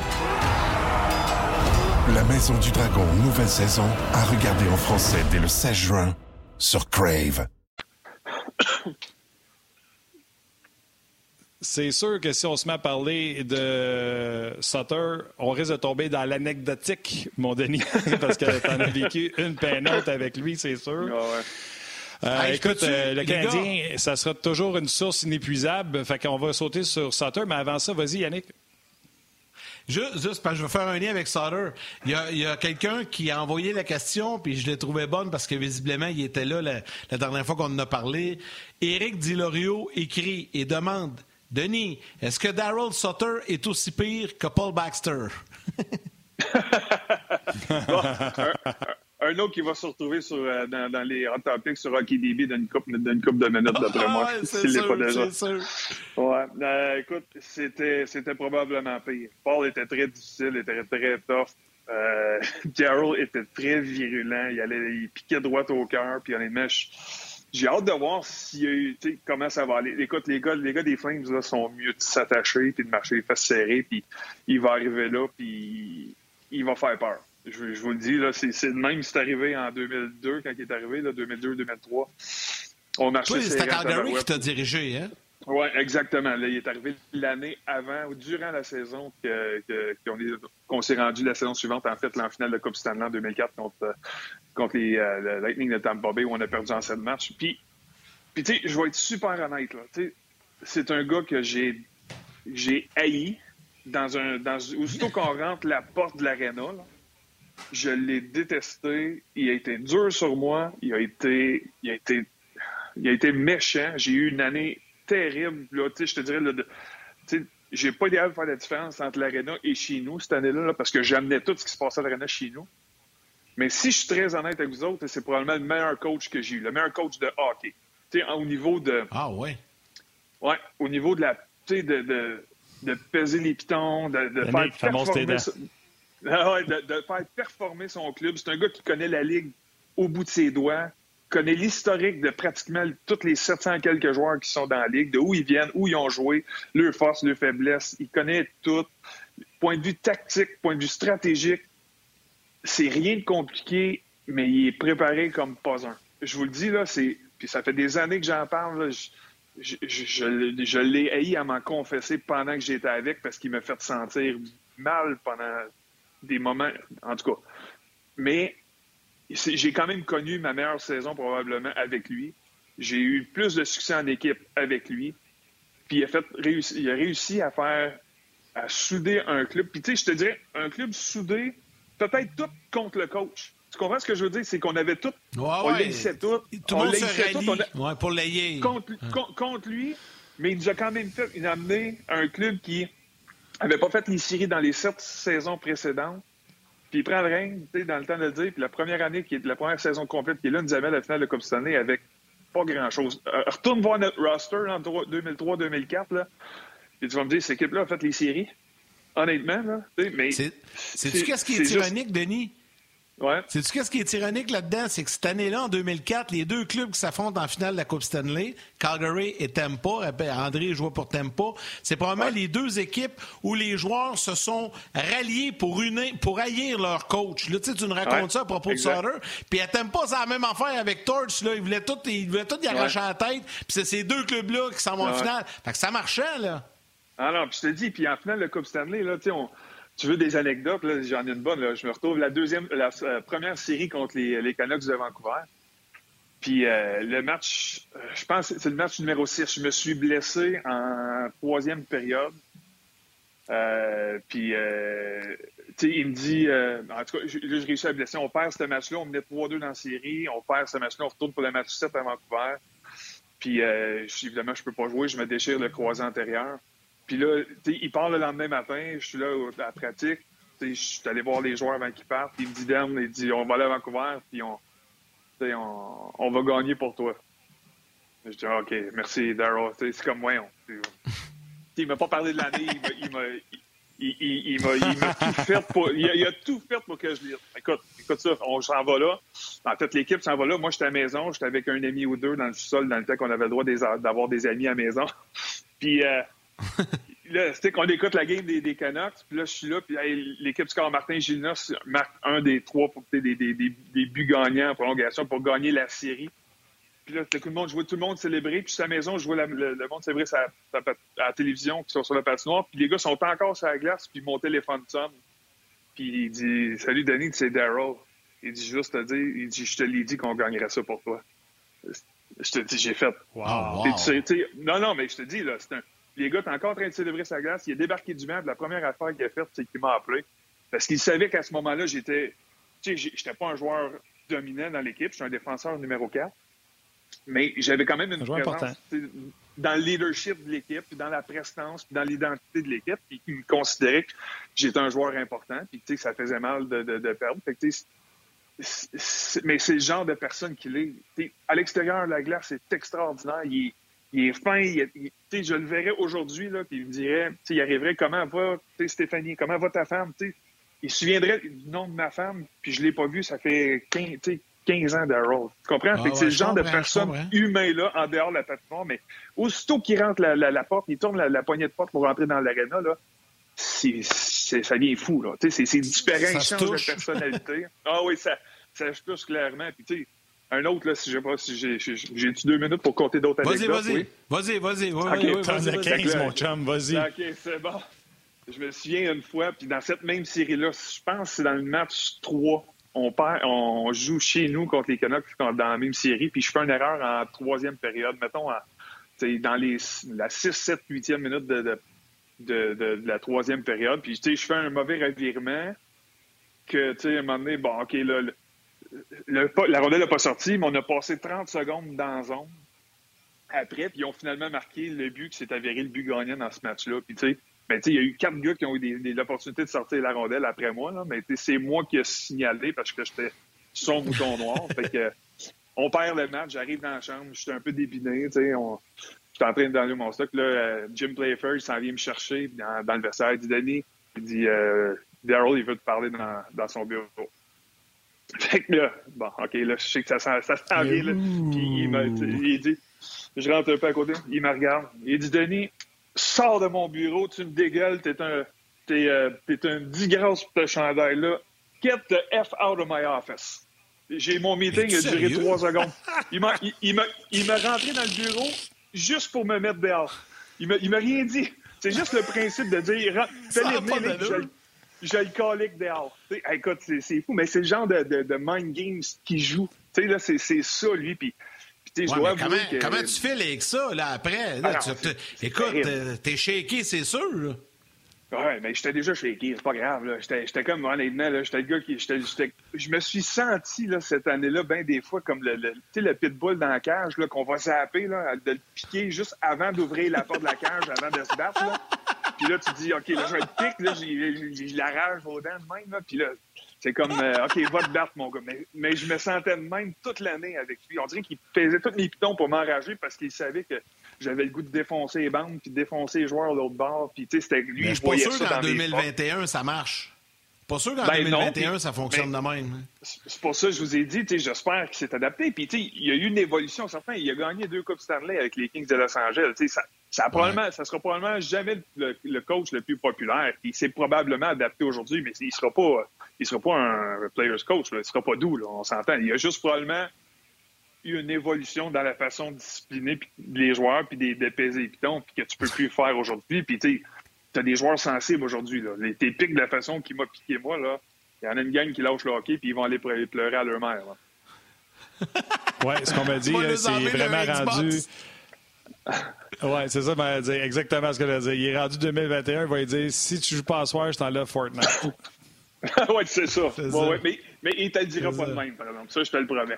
La Maison du Dragon, nouvelle saison, à regarder en français dès le seize juin sur Crave. C'est sûr que si on se met à parler de Sutter, on risque de tomber dans l'anecdotique, mon Denis, parce que t'en as vécu une peine avec lui, c'est sûr. Ah ouais. Euh, hey, écoute, euh, le Canadien, gars, ça sera toujours une source inépuisable. Fait qu'on va sauter sur Sutter, mais avant ça, vas-y, Yannick. Juste, juste parce que je veux faire un lien avec Sutter. Il y a, il y a quelqu'un qui a envoyé la question, puis je l'ai trouvée bonne parce que visiblement, il était là la, la dernière fois qu'on en a parlé. Éric Dilorio écrit et demande « Denis, est-ce que Darryl Sutter est aussi pire que Paul Baxter? » Bon, un, un autre qui va se retrouver sur, euh, dans, dans les hot topics sur Hockey D B d'une couple, d'une couple de minutes, d'après moi. Ah ouais, c'est sûr, pas déjà. C'est sûr. Ouais, euh, écoute, c'était, c'était probablement pire. Paul était très difficile, était très tough. Euh, Darryl était très virulent. Il, allait, il piquait droit au cœur. Puis honnêtement, je, j'ai hâte de voir s'il y a eu, comment ça va aller. Écoute, les gars, les gars des Flames là, sont mieux de s'attacher puis de marcher les fesses serrées. Puis il va arriver là, puis il va faire peur. Je, je vous le dis, là, c'est, c'est même si c'est arrivé en deux mille deux, quand il est arrivé, là, deux mille deux deux mille trois. On marchait oui, c'est à Calgary qui t'a dirigé, hein? Oui, exactement. Là, il est arrivé l'année avant, ou durant la saison, que, que, qu'on, est, qu'on s'est rendu la saison suivante, en fait, là, en finale de Coupe Stanley en deux mille quatre contre, contre les euh, le Lightning de Tampa Bay, où on a perdu en sept matchs. Puis, puis tu sais, je vais être super honnête, là. Tu sais, c'est un gars que j'ai, j'ai haï dans un... Dans, aussitôt qu'on rentre la porte de l'aréna, là, je l'ai détesté. Il a été dur sur moi. Il a été, il a été, il a été méchant. J'ai eu une année terrible. Là, je te dirais, là, de, j'ai pas idéal de faire la différence entre l'aréna et chez nous cette année-là, là, parce que j'amenais tout ce qui se passait à l'aréna chez nous. Mais si je suis très honnête avec vous autres, c'est probablement le meilleur coach que j'ai eu, le meilleur coach de hockey. T'sais, au niveau de... Ah ouais? Ouais, au niveau de la... De, de, de peser les pitons, de, de faire performer... Ah ouais, de, de faire performer son club. C'est un gars qui connaît la Ligue au bout de ses doigts, connaît l'historique de pratiquement tous les sept cents quelques joueurs qui sont dans la Ligue, de où ils viennent, où ils ont joué, leurs forces, leurs faiblesses. Il connaît tout. Point de vue tactique, point de vue stratégique, c'est rien de compliqué, mais il est préparé comme pas un. Je vous le dis, là, c'est... Puis ça fait des années que j'en parle, là. Je, je, je, je, je l'ai haï à m'en confesser pendant que j'étais avec parce qu'il m'a fait sentir mal pendant... des moments, en tout cas. Mais j'ai quand même connu ma meilleure saison probablement avec lui. J'ai eu plus de succès en équipe avec lui. Puis il a, fait, réussi, il a réussi à faire à souder un club. Puis, tu sais, je te dirais, un club soudé, peut-être tout contre le coach. Tu comprends ce que je veux dire? C'est qu'on avait tout. Ouais, on ouais. l'haïssait tout. Tout le monde se rallie tout, a, ouais, pour l'ayer. Contre, hein. contre, contre lui, mais il nous a quand même fait. Il a amené un club qui n'avait pas fait les séries dans les sept saisons précédentes. Puis il prend le règne, tu sais, dans le temps de le dire. Puis la première année, qui est la première saison complète, qui est là, nous amène à la finale de Coupe Stanley avec pas grand-chose. Euh, retourne voir notre roster en deux mille trois deux mille quatre, là. Et tu vas me dire, cette équipe-là a fait les séries. Honnêtement, là. Mais c'est, sais-tu qu'est-ce qui est, est ironique, juste... Denis? Ouais. Sais-tu qu'est-ce qui est ironique là-dedans? C'est que cette année-là, en deux mille quatre, les deux clubs qui s'affrontent en finale de la Coupe Stanley, Calgary et Tampa, André jouait pour Tampa, c'est probablement ouais. les deux équipes où les joueurs se sont ralliés pour, unir, pour haïr leur coach. Là, tu nous racontes ouais. ça à propos exact. de Sutter. Puis à Tampa, c'est la même affaire avec Torch. Là. Ils voulaient tout, ils voulaient tout y arracher ouais. la tête. Puis c'est ces deux clubs-là qui s'en vont ouais. en finale. Fait que ça marchait, là. Ah non, puis je te dis, puis en finale de la Coupe Stanley, là, tu sais, on... Tu veux des anecdotes? Là, j'en ai une bonne. Là. Je me retrouve la deuxième, la euh, première série contre les, les Canucks de Vancouver. Puis euh, le match, euh, je pense que c'est le match numéro six. Je me suis blessé en troisième période. Euh, puis, euh, tu sais, il me dit... Euh, en tout cas, je, je réussis à blesser. On perd ce match-là. On menait trois deux dans la série. On perd ce match-là. On retourne pour le match sept à Vancouver. Puis, euh, évidemment, je peux pas jouer. Je me déchire le croisé antérieur. Puis là, il part le lendemain matin, je suis là à la pratique, je suis allé voir les joueurs avant qu'ils partent, puis il me dit, Dan, il dit, on va aller à Vancouver, puis on, on, on va gagner pour toi. Je dis, OK, merci, Darryl, c'est comme moi. On, il m'a pas parlé de l'année, il m'a, il, il, il, m'a, il m'a tout fait pour, il a, il a tout fait pour que je lise. Écoute, écoute ça, on s'en va là. En fait, l'équipe s'en va là. Moi, j'étais à la maison, j'étais avec un ami ou deux dans le sous-sol, dans le temps qu'on avait le droit des, d'avoir des amis à la maison. Puis, euh, là, c'était qu'on écoute la game des, des Canucks, puis là, je suis là, puis hey, l'équipe score Martin Gilnas marque un des trois pour des, des, des, des buts gagnants en prolongation pour gagner la série. Puis là, tout le monde, je vois tout le monde célébrer, puis à la maison, je vois la, le, le monde célébrer sa, sa, à la télévision, qui sont sur la patinoire, puis les gars sont encore sur la glace, puis mon téléphone sonne. Puis il dit « Salut, Danny, c'est Darryl. » Il dit juste te dire, il dit « Je te l'ai dit qu'on gagnerait ça pour toi. » Je te dis, j'ai fait. Wow, wow. Tu sais, tu sais, non, non, mais je te dis, là, c'est un. Les gars, t'es encore en train de célébrer sa glace. Il est débarqué du match. La première affaire qu'il a faite, c'est qu'il m'a appelé. Parce qu'il savait qu'à ce moment-là, j'étais. Tu sais, j'étais pas un joueur dominant dans l'équipe. J'étais un défenseur numéro quatre. Mais j'avais quand même une présence dans le leadership de l'équipe, puis dans la prestance, puis dans l'identité de l'équipe. Puis il me considérait que j'étais un joueur important. Puis tu sais, que ça faisait mal de, de, de perdre. Fait que tu sais, c'est, c'est, mais c'est le genre de personne qu'il est. T'sais, à l'extérieur, la glace, c'est extraordinaire. Il est. Il est fin, il, il, je le verrais aujourd'hui, là, puis il me dirait, il arriverait, comment va Stéphanie, comment va ta femme? T'sais, il se souviendrait du nom de ma femme, puis je ne l'ai pas vu, ça fait quinze, quinze ans Darryl. Tu comprends? Ah, fait que ouais, c'est le genre de personne humain-là, en dehors de la patinoire, mais aussitôt qu'il rentre la, la, la porte, il tourne la, la poignée de porte pour rentrer dans l'aréna, là, c'est, c'est, ça devient fou. Là. C'est, c'est différents échanges de personnalité. Ah oui, ça, ça se touche clairement. Puis tu sais, un autre, là, si je sais pas si j'ai, j'ai, j'ai-tu deux minutes pour compter d'autres vas-y, anecdotes? Vas-y, oui? vas-y, vas-y, vas-y. Okay, vas-y, vas-y, vas-y. quinze, mon chum, vas-y. OK, c'est bon. Je me souviens une fois, puis dans cette même série-là, je pense que c'est dans le match trois, on perd, on joue chez nous contre les Canucks dans la même série, puis je fais une erreur en troisième période, mettons, en, dans les, la six, sept, huitième minute de, de, de, de, de la troisième période, puis je fais un mauvais revirement que, tu sais, à un moment donné, bon, OK, là, le, Le, la rondelle n'a pas sorti, mais on a passé trente secondes dans la zone après, puis ils ont finalement marqué le but qui s'est avéré le but gagnant dans ce match-là. Puis, tu sais, ben, tu sais, il y a eu quatre gars qui ont eu des, des, l'opportunité de sortir la rondelle après moi, là, mais c'est moi qui ai signalé parce que j'étais son mouton noir. Fait que, on perd le match, j'arrive dans la chambre, j'étais un peu débiné, tu sais, on... j'étais en train de donner mon stock. Là, euh, Jim Playfair, il s'en vient me chercher dans, dans le vestiaire. Il dit, Danny, il dit, euh, Darryl, il veut te parler dans, dans son bureau. Fait que là, bon, OK, là, je sais que ça, ça, ça s'en vient, là. Puis il m'a il dit, je rentre un peu à côté, il me regarde. Il dit, Denis, sors de mon bureau, tu me dégueules, t'es un, t'es, euh, t'es un disgrâce pour ce chandail-là. Get the F out of my office. J'ai mon meeting, il a duré trois secondes. Il m'a, il, il, m'a, il m'a rentré dans le bureau juste pour me mettre dehors. Il m'a, il m'a rien dit. C'est juste le principe de dire, fais-les venir, je je le colique dehors. T'sais, écoute, c'est, c'est fou, mais c'est le genre de, de, de mind games qu'il joue. Tu sais, là, c'est, c'est ça, lui. Puis, puis je ouais, dois comment, que... comment tu fais avec ça, là, après? Là, ah, tu, non, c'est, c'est écoute, terrible. T'es shaké, c'est sûr. Là. Ouais, mais j'étais déjà shaké, c'est pas grave. Là. J'étais, j'étais comme, honnêtement, là, j'étais le gars qui. J'étais, j'étais, je me suis senti là, cette année-là, bien des fois, comme le, le, le pitbull dans la cage, là, qu'on va zapper, là, de le piquer juste avant d'ouvrir la porte de la cage, avant de se battre. Là. Puis là, tu dis, OK, là, je le pique, là, j'ai, j'ai, j'ai la rage aux dents de même. Là, puis là, c'est comme, euh, OK, va te battre, mon gars. Mais, mais je me sentais de même toute l'année avec lui. On dirait qu'il pesait tous mes pitons pour m'enrager parce qu'il savait que j'avais le goût de défoncer les bandes puis de défoncer les joueurs de l'autre bord. Puis, tu sais, c'était lui, mais je suis pas sûr qu'en deux mille vingt et un, ça marche. Pas sûr qu'en ben deux mille vingt et un, non, ça fonctionne ben, de même. C'est pour ça que je vous ai dit, tu sais, j'espère qu'il s'est adapté. Puis, tu sais, il y a eu une évolution, certain. Il a gagné deux Coupes Stanley avec les Kings de Los Angeles. Tu sais, ça, ça, probablement, ouais. ça sera probablement jamais le, le coach le plus populaire. Il s'est probablement adapté aujourd'hui, mais il sera pas, il sera pas un player's coach. Là. Il sera pas doux, là, on s'entend. Il a juste probablement eu une évolution dans la façon de discipliner les joueurs puis d'épaiser les pitons puis que tu peux plus faire aujourd'hui. Puis, tu sais, t'as des joueurs sensibles aujourd'hui. Là. Les t'es piques de la façon qu'il m'a piqué moi, là. Il y en a une gang qui lâche le hockey puis ils vont aller pleurer à leur mère. Oui, ce qu'on m'a dit, là, c'est vraiment rendu... Oui, c'est ça, m'a dit exactement ce que je dit. Il est rendu deux mille vingt et un, il va lui dire, si tu joues pas à soir, je t'enlève Fortnite. Oui, c'est ça. Ouais, ouais, mais, mais il te le dira pas de même, par exemple. Ça, je te le promets.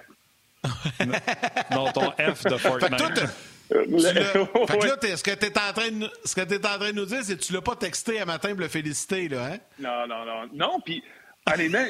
Non, ton F de Fortnite. Fait que là, t'es, ce que tu es en train de, ce que tu es en train de nous dire, c'est que tu l'as pas texté à matin pour le féliciter, là, hein? Non, non, non. Non, puis, honnêtement,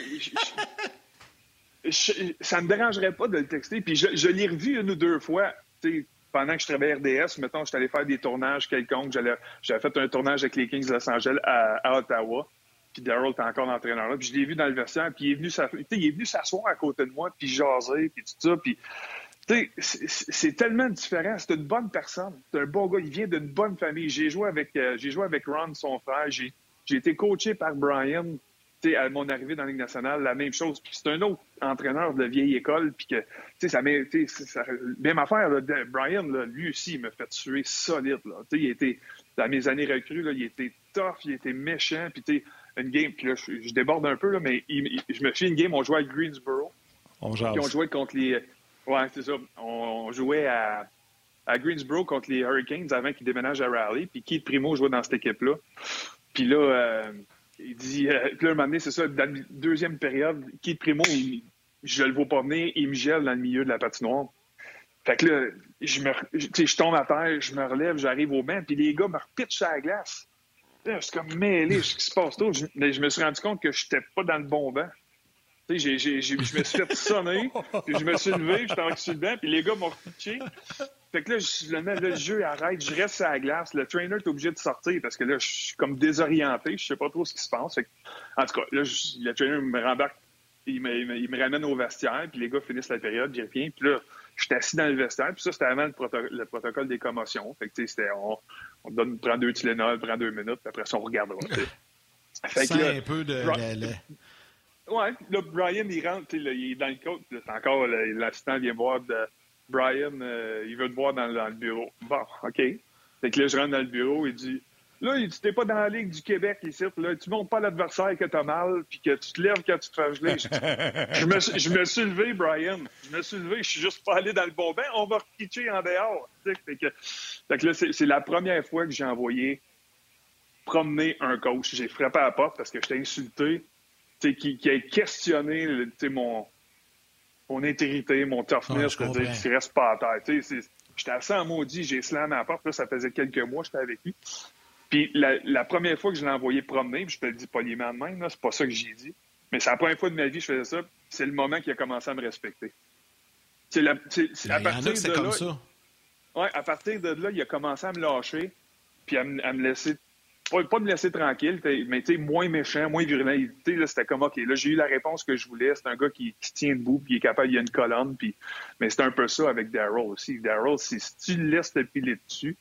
je, je, ça me dérangerait pas de le texter. Puis, je, je l'ai revu une ou deux fois, tu sais, pendant que je travaillais à R D S. Mettons, je suis allé faire des tournages quelconques. J'allais, j'avais fait un tournage avec les Kings de Los Angeles à, à Ottawa. Puis Daryl était encore l'entraîneur là. Puis je l'ai vu dans le vestiaire. Puis il est venu, il est venu s'asseoir à côté de moi, puis jaser, puis tout ça. Puis, tu sais, c'est, c'est tellement différent. C'est une bonne personne. C'est un bon gars. Il vient d'une bonne famille. J'ai joué avec, euh, j'ai joué avec Ron, son frère. J'ai, j'ai été coaché par Brian. Tu sais, à mon arrivée dans la Ligue nationale, la même chose. Puis c'est un autre entraîneur de la vieille école. Puis que, tu sais, ça m'a, tu sais, ça, même affaire. Là, Brian, là, lui aussi, il m'a fait tuer solide. Là. Tu sais, il était, dans mes années recrues, là, il était tough, il était méchant. Puis tu sais, une game, puis là, je, je déborde un peu, là, mais il, il, je me suis une game, on jouait à Greensboro. On jase. Puis on jouait contre les... Ouais, c'est ça. On, on jouait à, à Greensboro contre les Hurricanes avant qu'ils déménagent à Raleigh. Puis Keith Primo jouait dans cette équipe-là. Puis là, euh, il dit... Euh, puis là, un moment donné, c'est ça, dans la deuxième période, Keith Primo, il, je le vois pas venir, il me gèle dans le milieu de la patinoire. Fait que là, je, me, je, je tombe à terre, je me relève, j'arrive au banc, puis les gars me repitchent à la glace. Là, je suis comme mêlé, ce qui se passe là. Je, mais je me suis rendu compte que je n'étais pas dans le bon banc. Tu sais, j'ai, j'ai, j'ai, je me suis fait sonner, puis je me suis levé, j'étais en sur le banc, puis les gars m'ont repitché. Fait que là, je, là, le jeu arrête, je reste à la glace. Le trainer est obligé de sortir parce que là, je suis comme désorienté, je sais pas trop ce qui se passe. Fait que, en tout cas, là, je, le trainer me rembarque, il me, il, me, il me ramène au vestiaire, puis les gars finissent la période, j'y reviens, puis là, je suis assis dans le vestiaire, puis ça, c'était avant le, proto- le protocole des commotions. Fait que, tu sais, c'était, on, on donne, prend deux Tylenol, prend deux minutes, puis après ça, on regardera. Fait que là, un peu de... Bra- le, le... Ouais, là, Brian, il rentre, là, il est dans le coach, là, c'est encore, là, l'assistant vient voir de Brian, euh, il veut te voir dans, dans le bureau. Bon, OK. Fait que là, je rentre dans le bureau, il dit... Là, tu n'es pas dans la Ligue du Québec ici. Là, tu montres pas à l'adversaire que tu as mal puis que tu te lèves quand tu te fais geler. Je, je, me, je me suis levé, Brian. Je me suis levé. Je suis juste pas allé dans le bon bain. On va repitcher en dehors. Fait que, fait que là, c'est, c'est la première fois que j'ai envoyé promener un coach. J'ai frappé à la porte parce que j'étais insulté. Qui, qui a questionné mon, mon intégrité, mon toughness. Oh, de dire qu'il reste pas à terre. C'est, j'étais assez en maudit. J'ai slamé à la porte. Là, ça faisait quelques mois que j'étais avec lui. Puis la, la première fois que je l'ai envoyé promener, puis je te le dis poliment de même, là, c'est pas ça que j'ai dit, mais c'est la première fois de ma vie que je faisais ça, c'est le moment qu'il a commencé à me respecter. C'est la, c'est, c'est à partir de c'est là, comme ça. Ouais, à partir de là, il a commencé à me lâcher, puis à, à me laisser, pas, pas me laisser tranquille, mais tu sais, moins méchant, moins virulent. Là, c'était comme, OK, là, j'ai eu la réponse que je voulais. C'est un gars qui, qui tient debout, puis il est capable, il y a une colonne, puis... mais c'est un peu ça avec Daryl aussi. Daryl, si, si tu le laisses te piler dessus,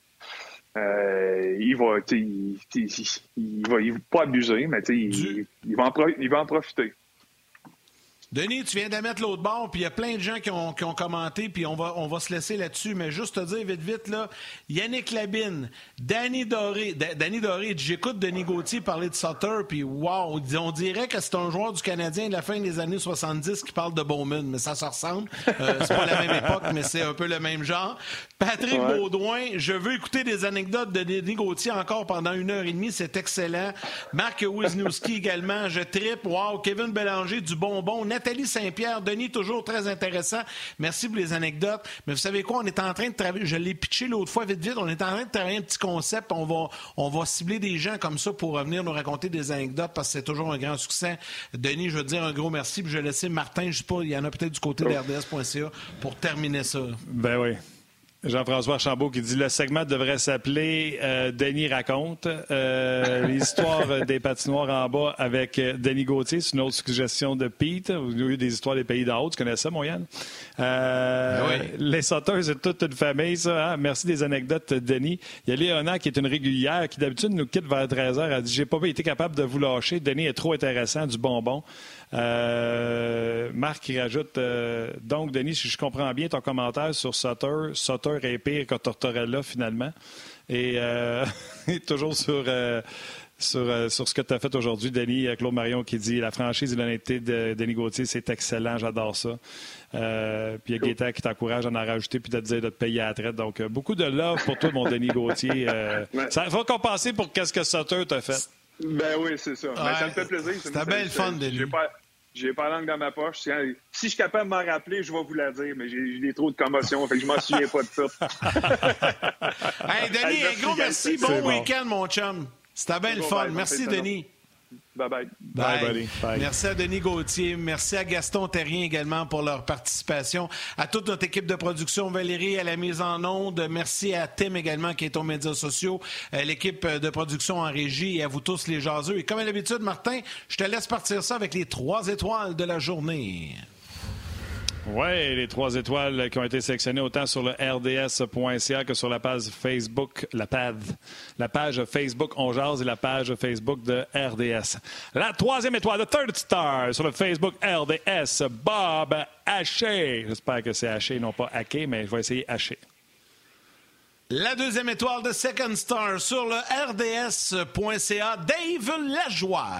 Euh, il va, il, il, il va, il va pas abuser, mais il, il, va en pro, il va en profiter. Denis, tu viens de mettre l'autre bord, puis il y a plein de gens qui ont, qui ont commenté, puis on va, on va se laisser là-dessus. Mais juste te dire vite, vite, là, Yannick Labine, Danny Doré, D- Danny Doré, j'écoute Denis Gauthier parler de Sutter, puis wow, on dirait que c'est un joueur du Canadien de la fin des années soixante-dix qui parle de Bowman, mais ça se ressemble. Euh, c'est pas la même époque, mais c'est un peu le même genre. Patrick ouais. Baudouin, je veux écouter des anecdotes de Denis Gauthier encore pendant une heure et demie, c'est excellent. Marc Wisniewski également, je trippe. Wow, Kevin Bélanger, du bonbon. Nathalie Saint-Pierre, Denis, toujours très intéressant. Merci pour les anecdotes. Mais vous savez quoi, on est en train de travailler, je l'ai pitché l'autre fois vite vite, on est en train de travailler un petit concept. On va, on va cibler des gens comme ça pour revenir nous raconter des anecdotes parce que c'est toujours un grand succès. Denis, je veux te dire un gros merci. Puis je vais laisser Martin, je sais pas, il y en a peut-être du côté de R D S point C A pour terminer ça. Ben oui. Jean-François Archambault qui dit le segment devrait s'appeler euh, Denis raconte euh, l'histoire des patinoires en bas avec euh, Denis Gauthier. C'est une autre suggestion de Pete. Vous avez eu des histoires des pays d'en haut. Tu connais ça, mon Yann? Euh, oui. Les sauteurs, c'est toute une famille, ça. Hein? Merci des anecdotes, Denis. Il y a Léona qui est une régulière qui d'habitude nous quitte vers treize heures. Elle dit j'ai pas été capable de vous lâcher. Denis est trop intéressant, du bonbon. Euh, Marc qui rajoute euh, donc Denis, si je comprends bien ton commentaire sur Sutter, Sutter est pire que Tortorella finalement et euh, toujours sur euh, sur, euh, sur ce que tu as fait aujourd'hui, Denis. Claude Marion qui dit la franchise et l'honnêteté de Denis Gauthier, c'est excellent, j'adore ça. Euh, puis il y a Gaétan qui t'encourage à en rajouter puis de te dire de te payer à la traite. Donc euh, beaucoup de love pour toi, mon Denis Gauthier. Euh, ça va compenser pour qu'est-ce que Sutter t'a fait. Ben oui, c'est ça. Ouais, ben, ça me fait plaisir. C'était bien le fun, Denis. J'ai pas, j'ai pas la langue dans ma poche. Si, si je suis capable de m'en rappeler, je vais vous la dire, mais j'ai, j'ai trop de commotion, fait que je m'en souviens pas de ça. Hey, Denis, hey, un gros merci. Bon, bon week-end, mon chum. C'était bien le fun. Bye, merci, Denis. Bye-bye. Bye. Bye, buddy. Bye. Merci à Denis Gauthier. Merci à Gaston Terrien également pour leur participation. À toute notre équipe de production, Valérie à la mise en onde. Merci à Tim également qui est aux médias sociaux, à l'équipe de production en régie et à vous tous les jaseux. Et comme à l'habitude, Martin, je te laisse partir ça avec les trois étoiles de la journée. Oui, les trois étoiles qui ont été sélectionnées autant sur le R D S point C A que sur la page Facebook, la page, la page Facebook On Jase et la page Facebook de R D S. La troisième étoile, the third star, sur le Facebook R D S, Bob Haché. J'espère que c'est Haché, non pas Hacké, mais je vais essayer Haché. La deuxième étoile, the second star, sur le R D S point C A, Dave Lajoie.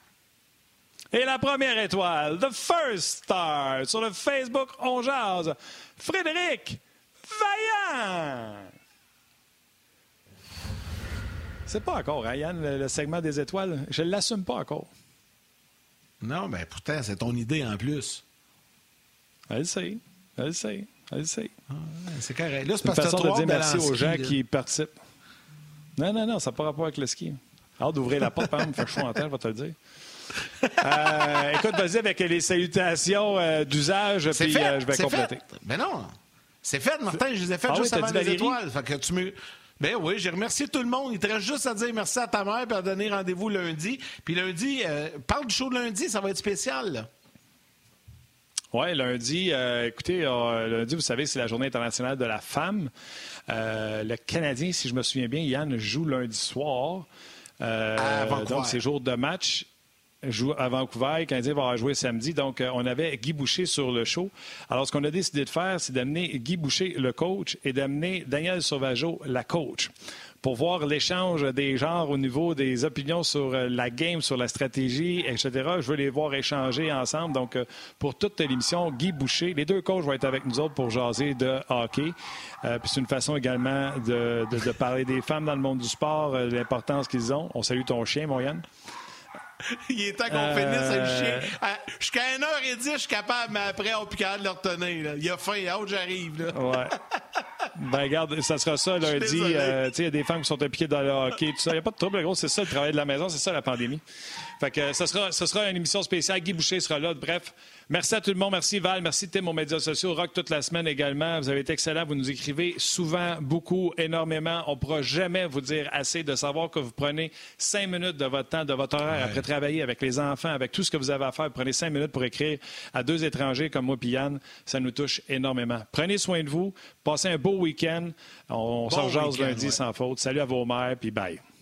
Et la première étoile, the first star, sur le Facebook On Jase, Frédéric Vaillant. C'est pas encore, hein, Yann, le, le segment des étoiles. Je ne l'assume pas encore. Non, mais pourtant, c'est ton idée en plus. Elle sait, elle sait, elle sait. Ah, c'est correct. Là, c'est, c'est parce une façon que de dire merci aux gens là. qui participent. Non, non, non, ça n'a pas rapport avec le ski. Hâte d'ouvrir la porte, par exemple, il fait chaud en terre, je vais te le dire. euh, écoute, vas-y avec les salutations euh, d'usage, c'est puis fait, euh, je vais c'est compléter. Fait. Ben non, c'est fait, Martin, je les ai fait ah juste oui, avant dit les Valérie? étoiles. Fait que tu me... Ben oui, j'ai remercié tout le monde. Il te reste juste à dire merci à ta mère et à donner rendez-vous lundi. Puis lundi, euh, parle du show de lundi, ça va être spécial, là. Oui, lundi, euh, écoutez, euh, lundi, vous savez, c'est la Journée internationale de la femme. Euh, le Canadien, si je me souviens bien, Yann joue lundi soir. Euh, à Vancouver. Donc, c'est jour de match. Joue à Vancouver. Le Canadien va jouer samedi. Donc, euh, on avait Guy Boucher sur le show. Alors, ce qu'on a décidé de faire, c'est d'amener Guy Boucher, le coach, et d'amener Danielle Sauvageau, la coach, pour voir l'échange des genres au niveau des opinions sur la game, sur la stratégie, et cetera. Je veux les voir échanger ensemble. Donc, euh, pour toute l'émission, Guy Boucher, les deux coachs vont être avec nous autres pour jaser de hockey. Euh, puis c'est une façon également de, de, de parler des femmes dans le monde du sport, euh, l'importance qu'ils ont. On salue ton chien, mon Yann. Il est temps qu'on euh... finisse à le chien. À, jusqu'à une heure dix, je suis capable, mais après, on peut capable de le retenir. Là. Il a faim, hâte, j'arrive. Là. Ouais. Ben, regarde, ça sera ça lundi. Euh, tu sais, il y a des femmes qui sont impliquées dans le hockey, tout ça. Il n'y a pas de trouble, gros. C'est ça, le travail de la maison. C'est ça, la pandémie. Fait que ce sera, ce sera une émission spéciale. Guy Boucher sera là. Bref, merci à tout le monde. Merci, Val. Merci, Tim, aux médias sociaux. Rock toute la semaine également. Vous avez été excellents. Vous nous écrivez souvent, beaucoup, énormément. On ne pourra jamais vous dire assez de savoir que vous prenez cinq minutes de votre temps, de votre horaire, ouais. Après travailler avec les enfants, avec tout ce que vous avez à faire. Vous prenez cinq minutes pour écrire à deux étrangers comme moi et Yann. Ça nous touche énormément. Prenez soin de vous. Passez un beau week-end. On, on bon s'en jase lundi ouais. sans faute. Salut à vos mères, puis bye.